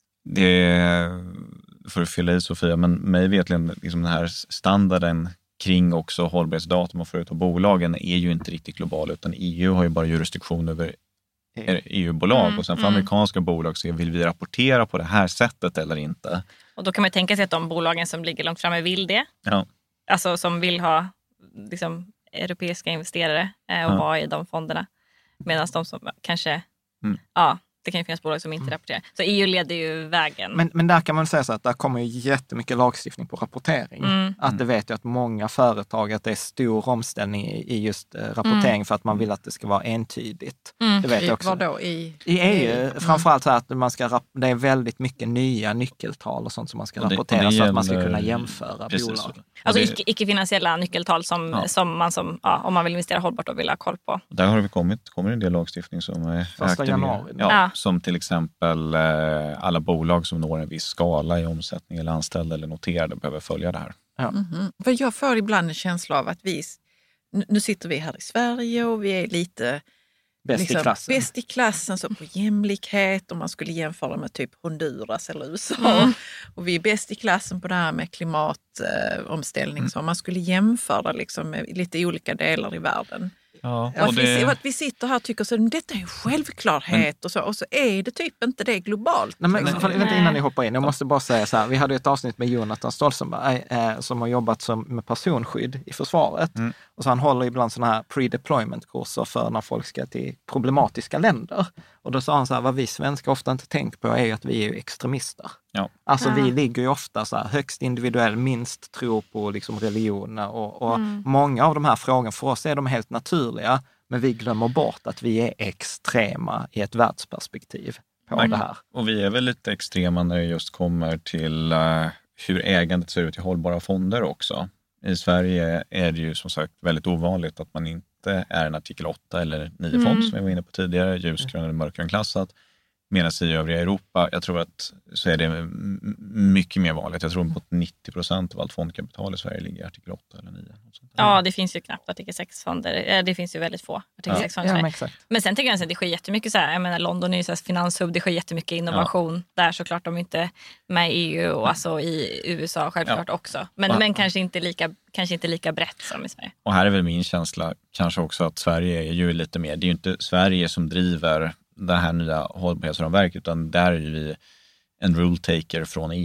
det, för att fylla i Sofia, men mig vetligen liksom den här standarden kring också hållbarhetsdatum och företag och bolagen är ju inte riktigt global, utan E U har ju bara jurisdiktion över E U-bolag Mm, och sen för mm. amerikanska bolag så vill vi rapportera på det här sättet eller inte. Och då kan man ju tänka sig att de bolagen som ligger långt framme vill det. Ja. Alltså som vill ha liksom, europeiska investerare eh, och Ja. vara i de fonderna. Medan de som kanske, Mm. ja, det kan ju finnas bolag som inte rapporterar. Så E U leder ju vägen. Men, men där kan man säga så att där kommer ju jättemycket lagstiftning på rapportering. Mm. Att det vet jag att många företag, att det är stor omställning i, i just eh, rapportering för att man vill att det ska vara entydigt. Mm. Det vet I, jag också. var då? I, I E U, framförallt så här att man ska, rap- det är väldigt mycket nya nyckeltal och sånt som man ska Och det- rapportera och det så att man ska gäller- kunna jämföra Precis. bolag. Och Alltså det- icke, icke-finansiella nyckeltal som, Ja. som man som, ja, om man vill investera hållbart och vill ha koll på. Där har det kommit, kommer en del lagstiftning som är Första aktiverad. januari. Ja, Ja. som till exempel eh, alla bolag som når en viss skala i omsättning eller anställda eller noterade behöver följa det här. Mhm. För jag får ibland en känsla av att vi, nu nu sitter vi här i Sverige och vi är lite Bäst i klassen. bäst i klassen så på jämlikhet, om man skulle jämföra med typ Honduras eller U S A. Mm. Och vi är bäst i klassen på det här med klimatomställning. Eh, omställning. Så om man skulle jämföra liksom med lite olika delar i världen. Ja, Och att, vi, att vi sitter här och tycker så detta är en självklarhet och så, och så är det typ inte det globalt. Nej, men, liksom. för, vänta, innan ni hoppar in, jag måste bara säga så här, vi hade ett avsnitt med Jonathan Stolzenberg eh, som har jobbat som, med personskydd i försvaret. Mm. Och så han håller ibland sådana här pre-deployment-kurser för när folk ska till problematiska länder. Och då sa han så här, vad vi svenskar ofta inte tänker på är ju att vi är ju extremister. Ja. Alltså Ja. vi ligger ju ofta så här högst individuell, minst tro på liksom religioner och, och Mm. många av de här frågorna, för oss är de helt naturliga, men vi glömmer bort att vi är extrema i ett världsperspektiv på Nej. det här. Och vi är väl lite extrema när det just kommer till uh, hur ägandet ser ut i hållbara fonder också. I Sverige är det ju som sagt väldigt ovanligt att man inte är en artikel åtta eller nio fond Mm. som jag var inne på tidigare, ljusgrön eller mörkgrön klassat. Medan i övriga Europa, jag tror att så är det m- mycket mer vanligt. Jag tror att nittio procent av allt fondkapital i Sverige ligger i artikel åtta eller nio. något sånt där. Ja, det finns ju knappt artikel sex-fonder. Det finns ju väldigt få artikel Ja. sex-fonder. Ja, Ja, men exakt. men sen tycker jag att det sker jättemycket så här, jag menar London är ju så här finanshub, det sker jättemycket innovation där såklart, de är inte med i E U och alltså i U S A självklart också. Men, Ja. men kanske, inte lika, kanske inte lika brett som i Sverige. Och här är väl min känsla kanske också att Sverige är ju lite mer, det är ju inte Sverige som driver det här nya hållbarhetsramverket, utan där är ju vi en rule taker från E U.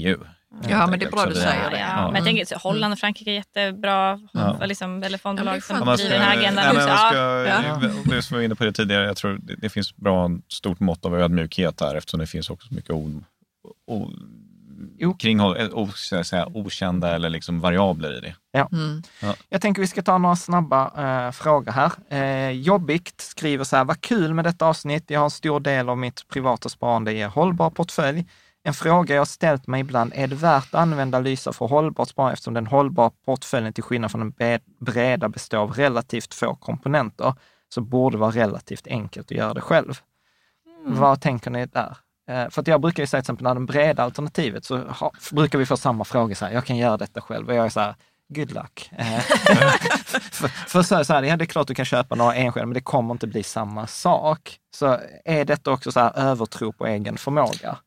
Ja, men det är bra du säger det. Ja, Ja. men jag tänker att Holland och Frankrike är jättebra ja. liksom, eller fondbolag ja, som ja, driver den här agendan. Nej, ska, ja. Du som var inne på det tidigare, jag tror det, det finns bra stort mått av ödmjukhet här eftersom det finns också mycket o, o, kring o, säga, okända eller liksom variabler i det. Ja. Mm. Ja. Jag tänker vi ska ta några snabba eh, frågor här. Eh, Jobbigt skriver så här, vad kul med detta avsnitt. Jag har en stor del av mitt privata sparande i en hållbar portfölj. En fråga jag har ställt mig ibland, är det värt att använda Lysa för hållbart sparande eftersom den hållbara portföljen till skillnad från den breda består av relativt få komponenter så borde det vara relativt enkelt att göra det själv. Mm. Vad tänker ni där? Eh, för att jag brukar ju säga till exempel när den breda alternativet så ha, brukar vi få samma fråga så här, jag kan göra detta själv och jag är så här, good luck. Eh, för för så, så här, ja, det är klart du kan köpa några enskilda men det kommer inte bli samma sak. Så är detta också så här övertro på egen förmåga?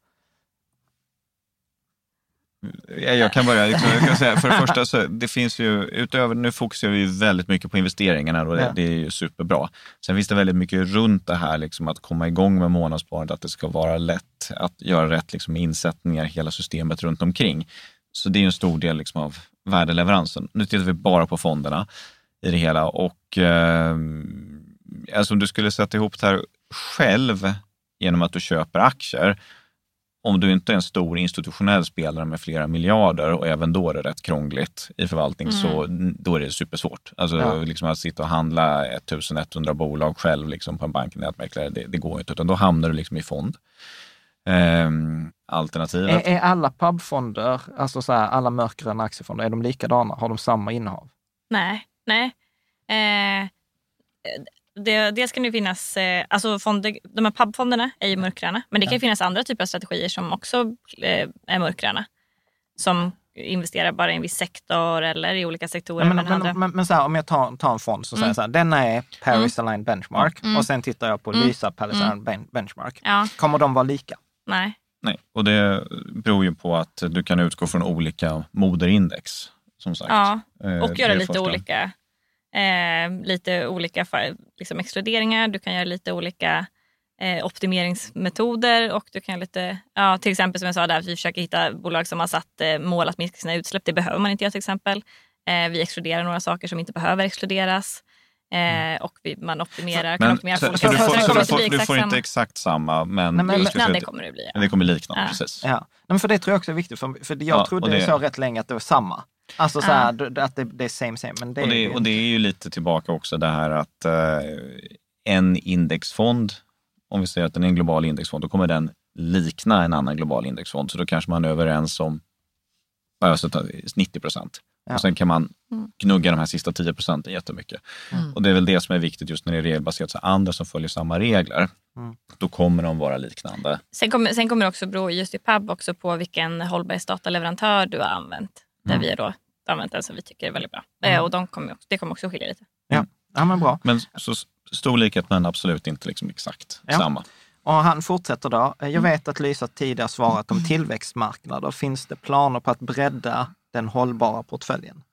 Jag kan börja, liksom, jag kan säga, för det första så det finns ju, utöver, nu fokuserar vi väldigt mycket på investeringarna och det, ja. det är ju superbra. Sen finns det väldigt mycket runt det här, liksom, att komma igång med månadssparandet, att det ska vara lätt att göra rätt liksom, insättningar, hela systemet runt omkring. Så det är en stor del liksom, av värdeleveransen. Nu tittar vi bara på fonderna i det hela och eh, alltså om du skulle sätta ihop det här själv genom att du köper aktier. Om du inte är en stor institutionell spelare med flera miljarder och även då är det rätt krångligt i förvaltning mm. så då är det supersvårt. Alltså ja. liksom att sitta och handla ettusenetthundra bolag själv liksom på en bank nätmäklare, det, det går inte utan då hamnar du liksom i fond. Ehm, alternativet. Är, är alla pubfonder, alltså så här, alla mörkgröna aktiefonder, är de likadana? Har de samma innehav? Nej, nej. Eh, Det, det ska nu finnas, eh, alltså fonder, de här pubfonderna är ju mörkgröna, men det kan ju finnas andra typer av strategier som också eh, är mörkgröna. Som investerar bara i en viss sektor eller i olika sektorer. Men, men, men, men, men, men så här, om jag tar, tar en fond så mm. säger jag så här, denna är Paris mm. Aligned Benchmark mm. och sen tittar jag på mm. Lysa Paris mm. Aligned Benchmark. Ja. Kommer de vara lika? Nej. Nej, och det beror ju på att du kan utgå från olika moderindex, som sagt. Ja, och eh, göra lite första. olika... Eh, lite olika för, liksom exkluderingar, du kan göra lite olika eh, optimeringsmetoder och du kan lite, ja, till exempel som jag sa där, vi försöker hitta bolag som har satt eh, mål att minska sina utsläpp, det behöver man inte göra till exempel. Eh, vi exkluderar några saker som inte behöver exkluderas eh, och vi, man optimerar, kan men, optimera så, på så, olika så, sätt. så du får, du får inte exakt samma, men, Nej, men just liknande det, kommer det bli. Ja. Det kommer liknande, ja. precis. Ja. Men för det tror jag också är viktigt, för, för jag ja, trodde det, det så rätt länge att det var samma. Alltså så här, att det, det är same same. Men det, och, det, och det är ju lite tillbaka också det här att eh, en indexfond, om vi säger att den är en global indexfond, då kommer den likna en annan global indexfond. Så då kanske man är överens om alltså, nittio procent. Ja. Och sen kan man gnugga de här sista tio procenten jättemycket. Mm. Och det är väl det som är viktigt just när det är regelbaserat. Så andra som följer samma regler, mm. då kommer de vara liknande. Sen kommer, sen kommer det också bero just i pub också på vilken hållbarhetsdataleverantör du har använt. Där mm. vi har då använt den som vi tycker är väldigt bra. Mm. Eh, och de kommer, det kommer också skilja lite. Ja, ja men bra. Men så stor likhet men absolut inte liksom exakt ja. samma. Och han fortsätter då. Jag vet att Lysa tidigare svarat om tillväxtmarknader. Finns det planer på att bredda den hållbara portföljen?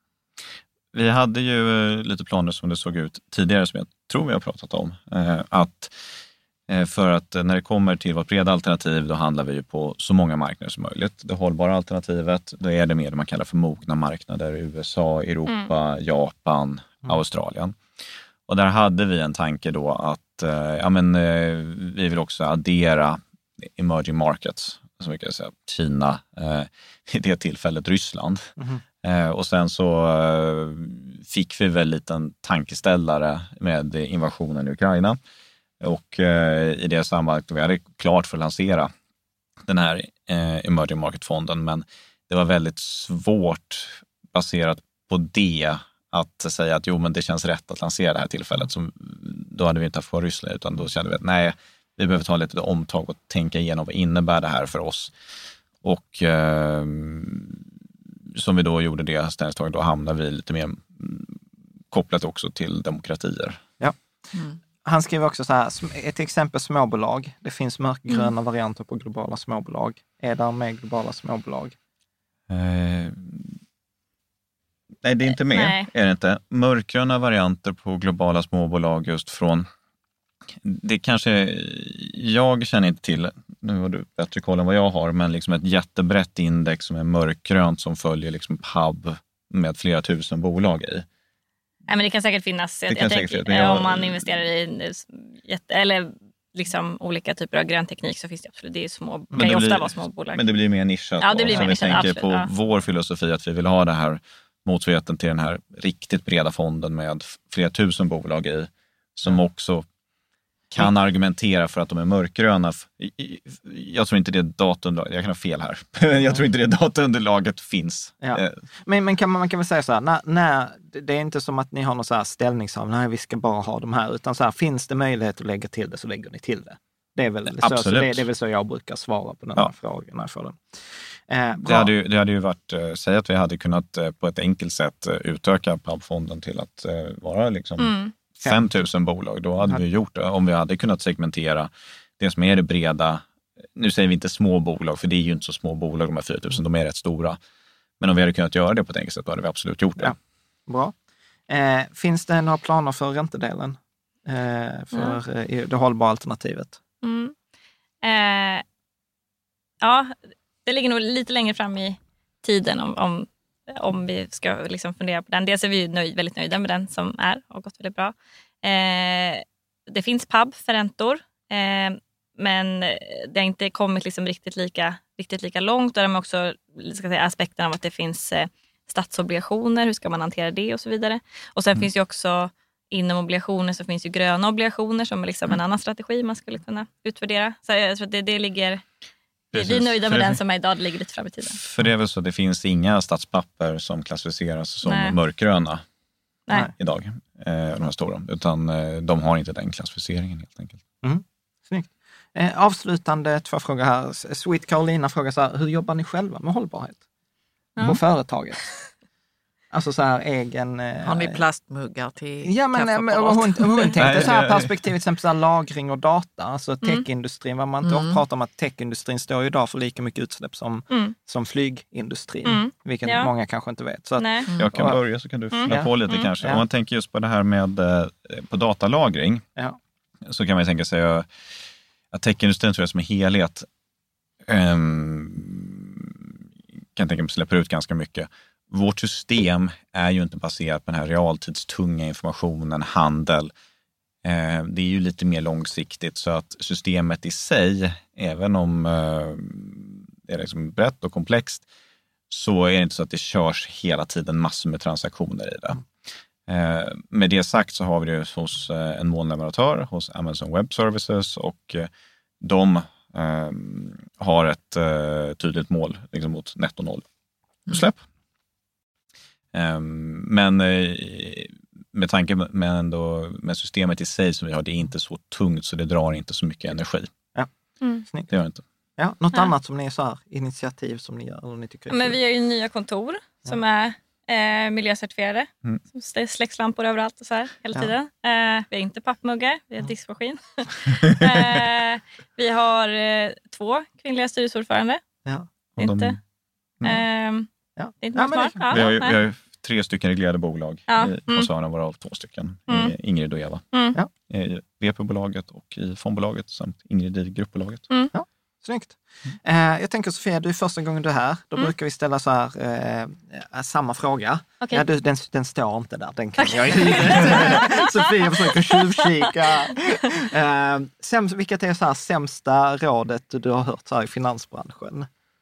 Vi hade ju lite planer som det såg ut tidigare som jag tror vi har pratat om. Eh, att För att när det kommer till vårt breda alternativ, då handlar vi ju på så många marknader som möjligt. Det hållbara alternativet, då är det mer det man kallar för mogna marknader. U S A, Europa, mm. Japan, mm. Australien. Och där hade vi en tanke då att ja, men, vi vill också addera emerging markets, som vi kan säga Kina, eh, i det tillfället Ryssland. Mm. Eh, och sen så eh, fick vi väl lite en tankeställare med invasionen i Ukraina. Och eh, i det sammanhanget, vi hade klart för att lansera den här eh, emerging market-fonden, men det var väldigt svårt baserat på det att säga att jo, men det känns rätt att lansera det här tillfället. Som, då hade vi inte haft för Ryssland, utan då kände vi att nej, vi behöver ta lite omtag och tänka igenom vad innebär det här för oss. Och eh, som vi då gjorde det ställningstaget, då hamnade vi lite mer kopplat också till demokratier. Ja. Mm. Han skriver också så här, ett exempel småbolag. Det finns mörkgröna mm. varianter på globala småbolag. Är det med globala småbolag? Eh, nej, det är inte med. Nej. Är det inte. Mörkgröna varianter på globala småbolag just från, det kanske jag känner inte till. nu har du bättre koll än vad jag har, men liksom ett jättebrett index som är mörkgrönt som följer liksom P U B med flera tusen bolag i. Nej, men det kan säkert finnas, jag, kan jag säkert tänker, finnas, jag... om man investerar i jätte, eller liksom olika typer av grön teknik så finns det absolut, det är små, men kan ju det ofta blir, vara små bolag. Men det blir mer nischat. Ja, det blir då. mer vi nischat, tänker absolut, på ja. vår filosofi att vi vill ha det här motsvarigheten till den här riktigt breda fonden med flera tusen bolag i, som mm. också kan mm. argumentera för att de är mörkgröna. Jag tror inte det dataunderlaget, jag kan ha fel här. Jag tror inte det dataunderlaget finns. Ja. Men, men kan man, man kan väl säga så här, när, när, det är inte som att ni har någon så här ställningsav, nej vi ska bara ha de här, utan så här, finns det möjlighet att lägga till det så lägger ni till det. Det är väl så, så det, det är väl så jag brukar svara på den här ja. frågan. När jag får den. Eh, det, hade ju, det hade ju varit, eh, säg att vi hade kunnat eh, på ett enkelt sätt eh, utöka P U B-fonden till att eh, vara liksom mm. fem tusen bolag. Då hade mm. vi gjort det. Om vi hade kunnat segmentera det som är det breda. Nu säger vi inte små bolag, för det är ju inte så små bolag de här fyra tusen, de är rätt stora. Men om vi hade kunnat göra det på ett enkelt sätt, då hade vi absolut gjort det. Ja. Bra. Eh, finns det några planer för räntedelen? Eh, för mm. eh, det hållbara alternativet? Mm. Eh, ja, det ligger nog lite längre fram i tiden om, om, om vi ska liksom fundera på den. Dels är vi ju nöjd, väldigt nöjda med den som är och gått väldigt bra. Eh, det finns P U B för räntor, eh, men det har inte kommit liksom riktigt, lika, riktigt lika långt. Och de har också ska säga, aspekten av att det finns eh, statsobligationer, hur ska man hantera det och så vidare. Och sen mm. finns ju också inom obligationer så finns ju gröna obligationer som är liksom en annan strategi man skulle kunna utvärdera. Så jag tror att det, det ligger, Precis. vi är nöjda med det, den som är idag, det ligger lite fram i tiden. För det är väl så, det finns inga statspapper som klassificeras som Nej. mörkgröna Nej. idag, eh, de här stora, utan eh, de har inte den klassificeringen helt enkelt. Mm. Snyggt. Eh, avslutande två frågor här. Sweet Carolina frågar så här, hur jobbar ni själva med hållbarhet mm. på företaget? Alltså så här egen... Har ni plastmuggar till ja, men, men hon, hon tänkte så här perspektivet, till exempel så här lagring och data, alltså techindustrin, vad man inte mm. pratar om att techindustrin står ju idag för lika mycket utsläpp som, mm. som flygindustrin, mm. vilket ja. många kanske inte vet. Så att, mm. Jag kan börja så kan du fylla mm. på lite mm. kanske. Ja. Om man tänker just på det här med på datalagring ja. så kan man tänka sig att techindustrin tror jag som en helhet um, kan tänka mig släpper ut ganska mycket. Vårt system är ju inte baserat på den här realtidstunga informationen, handel. Eh, det är ju lite mer långsiktigt så att systemet i sig, även om eh, det är liksom brett och komplext, så är det inte så att det körs hela tiden massor med transaktioner i det. Eh, med det sagt så har vi det hos eh, en molnleverantör, hos Amazon Web Services, och eh, de eh, har ett eh, tydligt mål liksom mot netto noll utsläpp. Mm. Men med tanke med, ändå, med systemet i sig som vi har, det är inte så tungt så det drar inte så mycket energi. Ja, mm. Snyggt. Det gör inte. Ja, något ja. annat som ni är så här, initiativ som ni gör eller ni tycker är Men vi har ju nya kontor ja. som är eh, miljöcertifierade. Mm. Som släcks lampor överallt och så här hela ja. tiden. Eh, vi har inte pappmuggar, vi har mm. diskmaskin. eh, vi har eh, två kvinnliga styrelseordförande. Ja. Det är inte... Mm. Eh, Ja. Det är inte ja, det, ja, vi, har ju, vi har ju tre stycken reglerade bolag ja. i koncernen, mm. varav två stycken. Mm. Ingrid och Eva. Mm. Ja. I V P-bolaget och i fondbolaget samt Ingrid i gruppbolaget. Mm. Ja, snyggt. Mm. Eh, jag tänker Sofia, du är första gången du är här. Då mm. brukar vi ställa så här, eh, samma fråga. Okay. Ja, du, den, den står inte där, den kan okay. jag i huvudet. Sofia försöker tjuvkika. Eh, sämst, vilket är så här sämsta rådet du har hört så här i finansbranschen?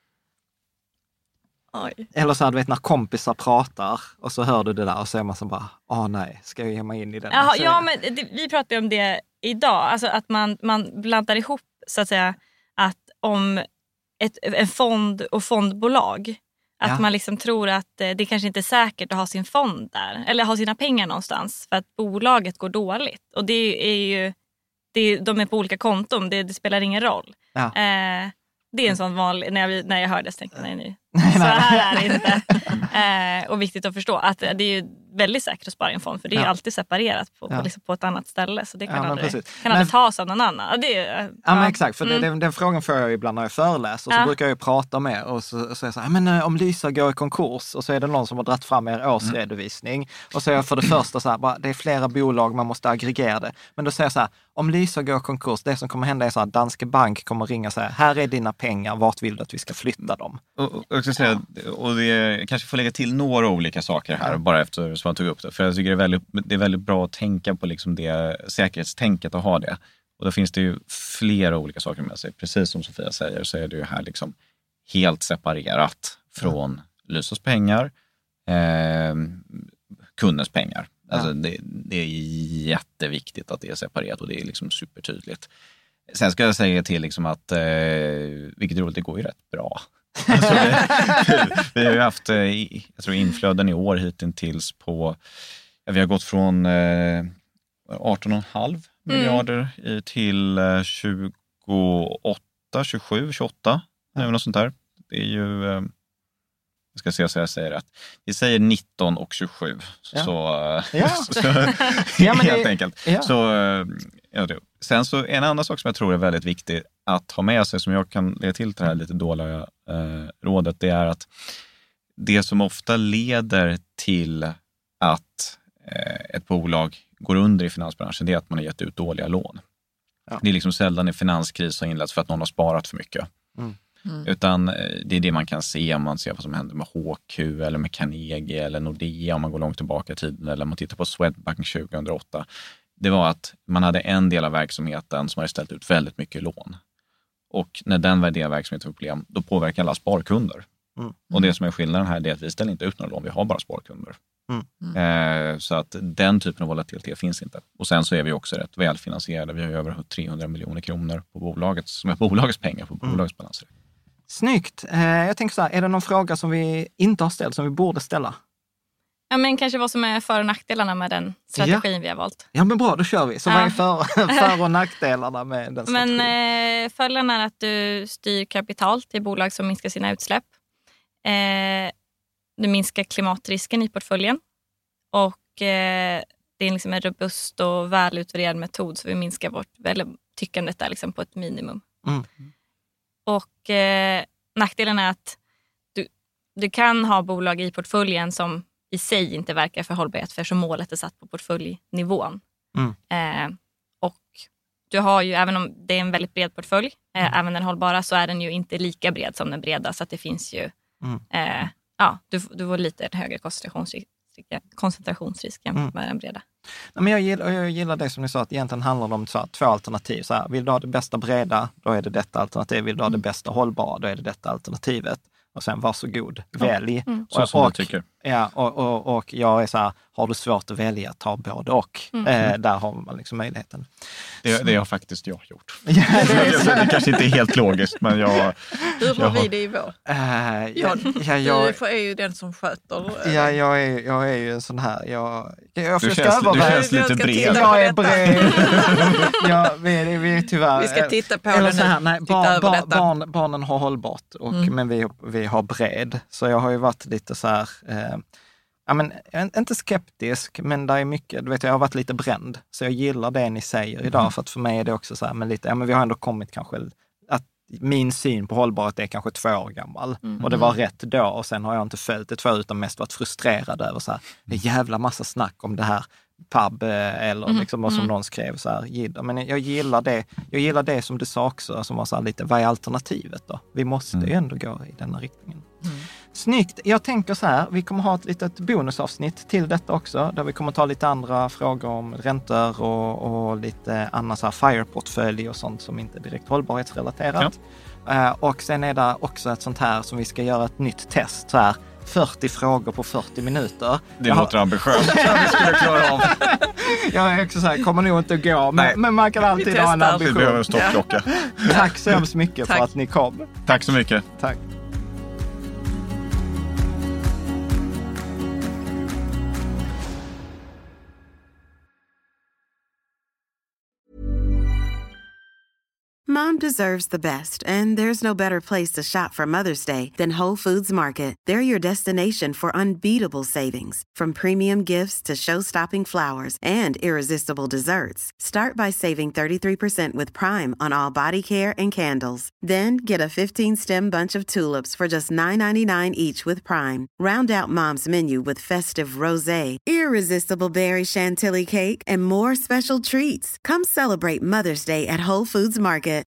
Oj. Eller så här, du vet när kompisar pratar och så hör du det där och så är man så bara, åh nej, ska jag ge mig in i den? Jaha, ja, men det, vi pratade om det idag, alltså att man, man blandar ihop så att säga, att om ett, en fond och fondbolag, att ja. man liksom tror att det kanske inte är säkert att ha sin fond där, eller ha sina pengar någonstans för att bolaget går dåligt. Och det är ju, det är, de är på olika konton, det, det spelar ingen roll. Ja. Eh, Det är en sån vanlig, när jag, när jag hörde det tänkte jag, nej, nej, Så här är det inte. Eh, och viktigt att förstå att det är ju väldigt säkert att spara i en fond, för det är ju Ja. alltid separerat på, Ja. på, liksom på ett annat ställe. Så det kan Ja, men aldrig, precis. kan aldrig Men- tas av någon annan. Det är, ja, Ja, men exakt. För Mm. det, den, den frågan får jag ibland när jag föreläser. Och så Ja. brukar jag ju prata med och så, så är jag så här, men eh, om Lysa går i konkurs och så är det någon som har dratt fram er årsredovisning. Och så är jag för det första så här, bara, det är flera bolag, man måste aggregera det. Men då säger jag så här, om Lysa går i konkurs, det som kommer hända är så här, Danske Bank kommer ringa och säga, här är dina pengar, vart vill du att vi ska flytta dem? Och, och, jag ska säga, och det kanske får lägga till några olika saker här, bara efter som jag tog upp det. För jag tycker det är väldigt, det är väldigt bra att tänka på liksom det säkerhetstänket och ha det. Och då finns det ju flera olika saker med sig. Precis som Sofia säger så är det ju här liksom helt separerat från Lysas pengar, eh, kundens pengar. Alltså det, det är jätteviktigt att det är separerat och det är liksom supertydligt. Sen ska jag säga till liksom att, eh, vilket är roligt, det går ju rätt bra. Alltså vi, vi har ju haft, eh, jag tror inflöden i år hittills på, ja, vi har gått från eh, arton komma fem miljarder i, till eh, tjugoåtta, tjugosju, tjugoåtta, mm. något sånt där. Det är ju, eh, jag ska se så jag säger rätt. Vi säger nitton och tjugosju. Ja. Så, Ja. så Ja, men helt det- enkelt. ja. Så, eh, ja, det. Sen så en annan sak som jag tror är väldigt viktig att ha med sig, som jag kan lägga till till det här lite dåliga eh, rådet, det är att det som ofta leder till att eh, ett bolag går under i finansbranschen, det är att man har gett ut dåliga lån. Ja. Det är liksom sällan en finanskris har inletts för att någon har sparat för mycket. Mm. Mm. Utan eh, det är det man kan se om man ser vad som händer med H Q eller med Carnegie eller Nordea om man går långt tillbaka i tiden, eller om man tittar på Swedbank tjugohundraåtta. Det var att man hade en del av verksamheten som hade ställt ut väldigt mycket lån. Och när den delen av verksamheten får problem, då påverkar alla sparkunder. Mm. Och det som är skillnaden här är att vi ställer inte ut några lån, vi har bara sparkunder. Mm. Eh, så att den typen av volatilitet finns inte. Och sen så är vi också rätt välfinansierade. Vi har ju över trehundra miljoner kronor på bolaget, som är bolagets pengar på bolagets balanser. Snyggt. Eh, jag tänker så här, är det någon fråga som vi inte har ställt som vi borde ställa? Ja, men kanske vad som är för- och nackdelarna med den strategin vi har valt. Ja, men bra, då kör vi. Så Ja. vad är för, för och nackdelarna med den strategin? Men eh, följden är att du styr kapital till bolag som minskar sina utsläpp. Eh, du minskar klimatrisken i portföljen. Och eh, det är liksom en robust och välutvärderad metod, så vi minskar vårt, eller tyckandet där liksom på ett minimum. Mm. Och eh, nackdelen är att du, du kan ha bolag i portföljen som i sig inte verkar för hållbarhet, för som målet är satt på portföljnivån. Mm. Eh, och du har ju, även om det är en väldigt bred portfölj, eh, Mm. även den hållbara, så är den ju inte lika bred som den breda. Så att det finns ju, Mm. eh, ja, du, du får lite högre koncentrationsrisk, koncentrationsrisk jämfört Mm. med den breda. Ja, men jag, gillar, jag gillar det som ni sa, att egentligen handlar det om så här, två alternativ. Så här, vill du ha det bästa breda, då är det detta alternativ. Vill du ha det bästa hållbara, då är det detta alternativet. Och sen varsågod, välj. Mm. Så Och, som jag och, tycker. ja, och, och, och jag är så här, har du svårt att välja, ta både och. Mm. Eh, där har man liksom möjligheten. Det, det har faktiskt jag gjort. Ja, det är så. Det kanske inte är helt logiskt, men jag... Hur har Jag har- vi det i vår? Eh, ja, Ja, ja, du jag, är ju den som sköter. eh, ja, jag, är, jag är ju en sån här, jag, jag Du försöker känns, du överväga. känns lite Jag ska bred. titta. Jag är detta. bred. ja, vi, vi är tyvärr... Vi ska titta på Eller det så här, nu. nej, Titta barn, över barn, detta. barn, barnen har hållbart, och, Mm. men vi, vi har bred. Så jag har ju varit lite så här, eh, ja, men, en- inte skeptisk, men det är mycket, du vet, jag har varit lite bränd. Så jag gillar det ni säger idag, för att för mig är det också så här, men lite, ja, men vi har ändå kommit kanske, att min syn på hållbarhet är kanske två år gammal. Mm. Och det var rätt då, och sen har jag inte följt det två, utan mest varit frustrerad över så här, det är jävla massa snack om det här pub eh, eller Mm. liksom vad som Mm. någon skrev så här, gillar. Men jag gillar det, jag gillar det som du sa också, som var så här lite, vad är alternativet då? Vi måste Mm. ju ändå gå i denna riktningen. Mm. Snyggt. Jag tänker så här, vi kommer ha ett litet bonusavsnitt till detta också, där vi kommer ta lite andra frågor om räntor och, och lite annat så här FIRE-portfölj och sånt som inte är direkt hållbarhetsrelaterat. Eh, och sen är det också ett sånt här som vi ska göra ett nytt test, så här fyrtio frågor på fyrtio minuter. Det Jag, låter ambitiöst. Vi skulle klara av. jag är också så här, kommer nog inte att gå, Nej. men, men man kan alltid ha en testar. Vi behöver en ambition. stoppklocka. Tack så hemskt mycket för Tack. att ni kom. Tack så mycket. Tack. Mom deserves the best, and there's no better place to shop for Mother's Day than Whole Foods Market. They're your destination for unbeatable savings, from premium gifts to show-stopping flowers and irresistible desserts. Start by saving thirty-three percent with Prime on all body care and candles. Then get a fifteen-stem bunch of tulips for just nine ninety-nine each with Prime. Round out Mom's menu with festive rosé, irresistible berry chantilly cake, and more special treats. Come celebrate Mother's Day at Whole Foods Market.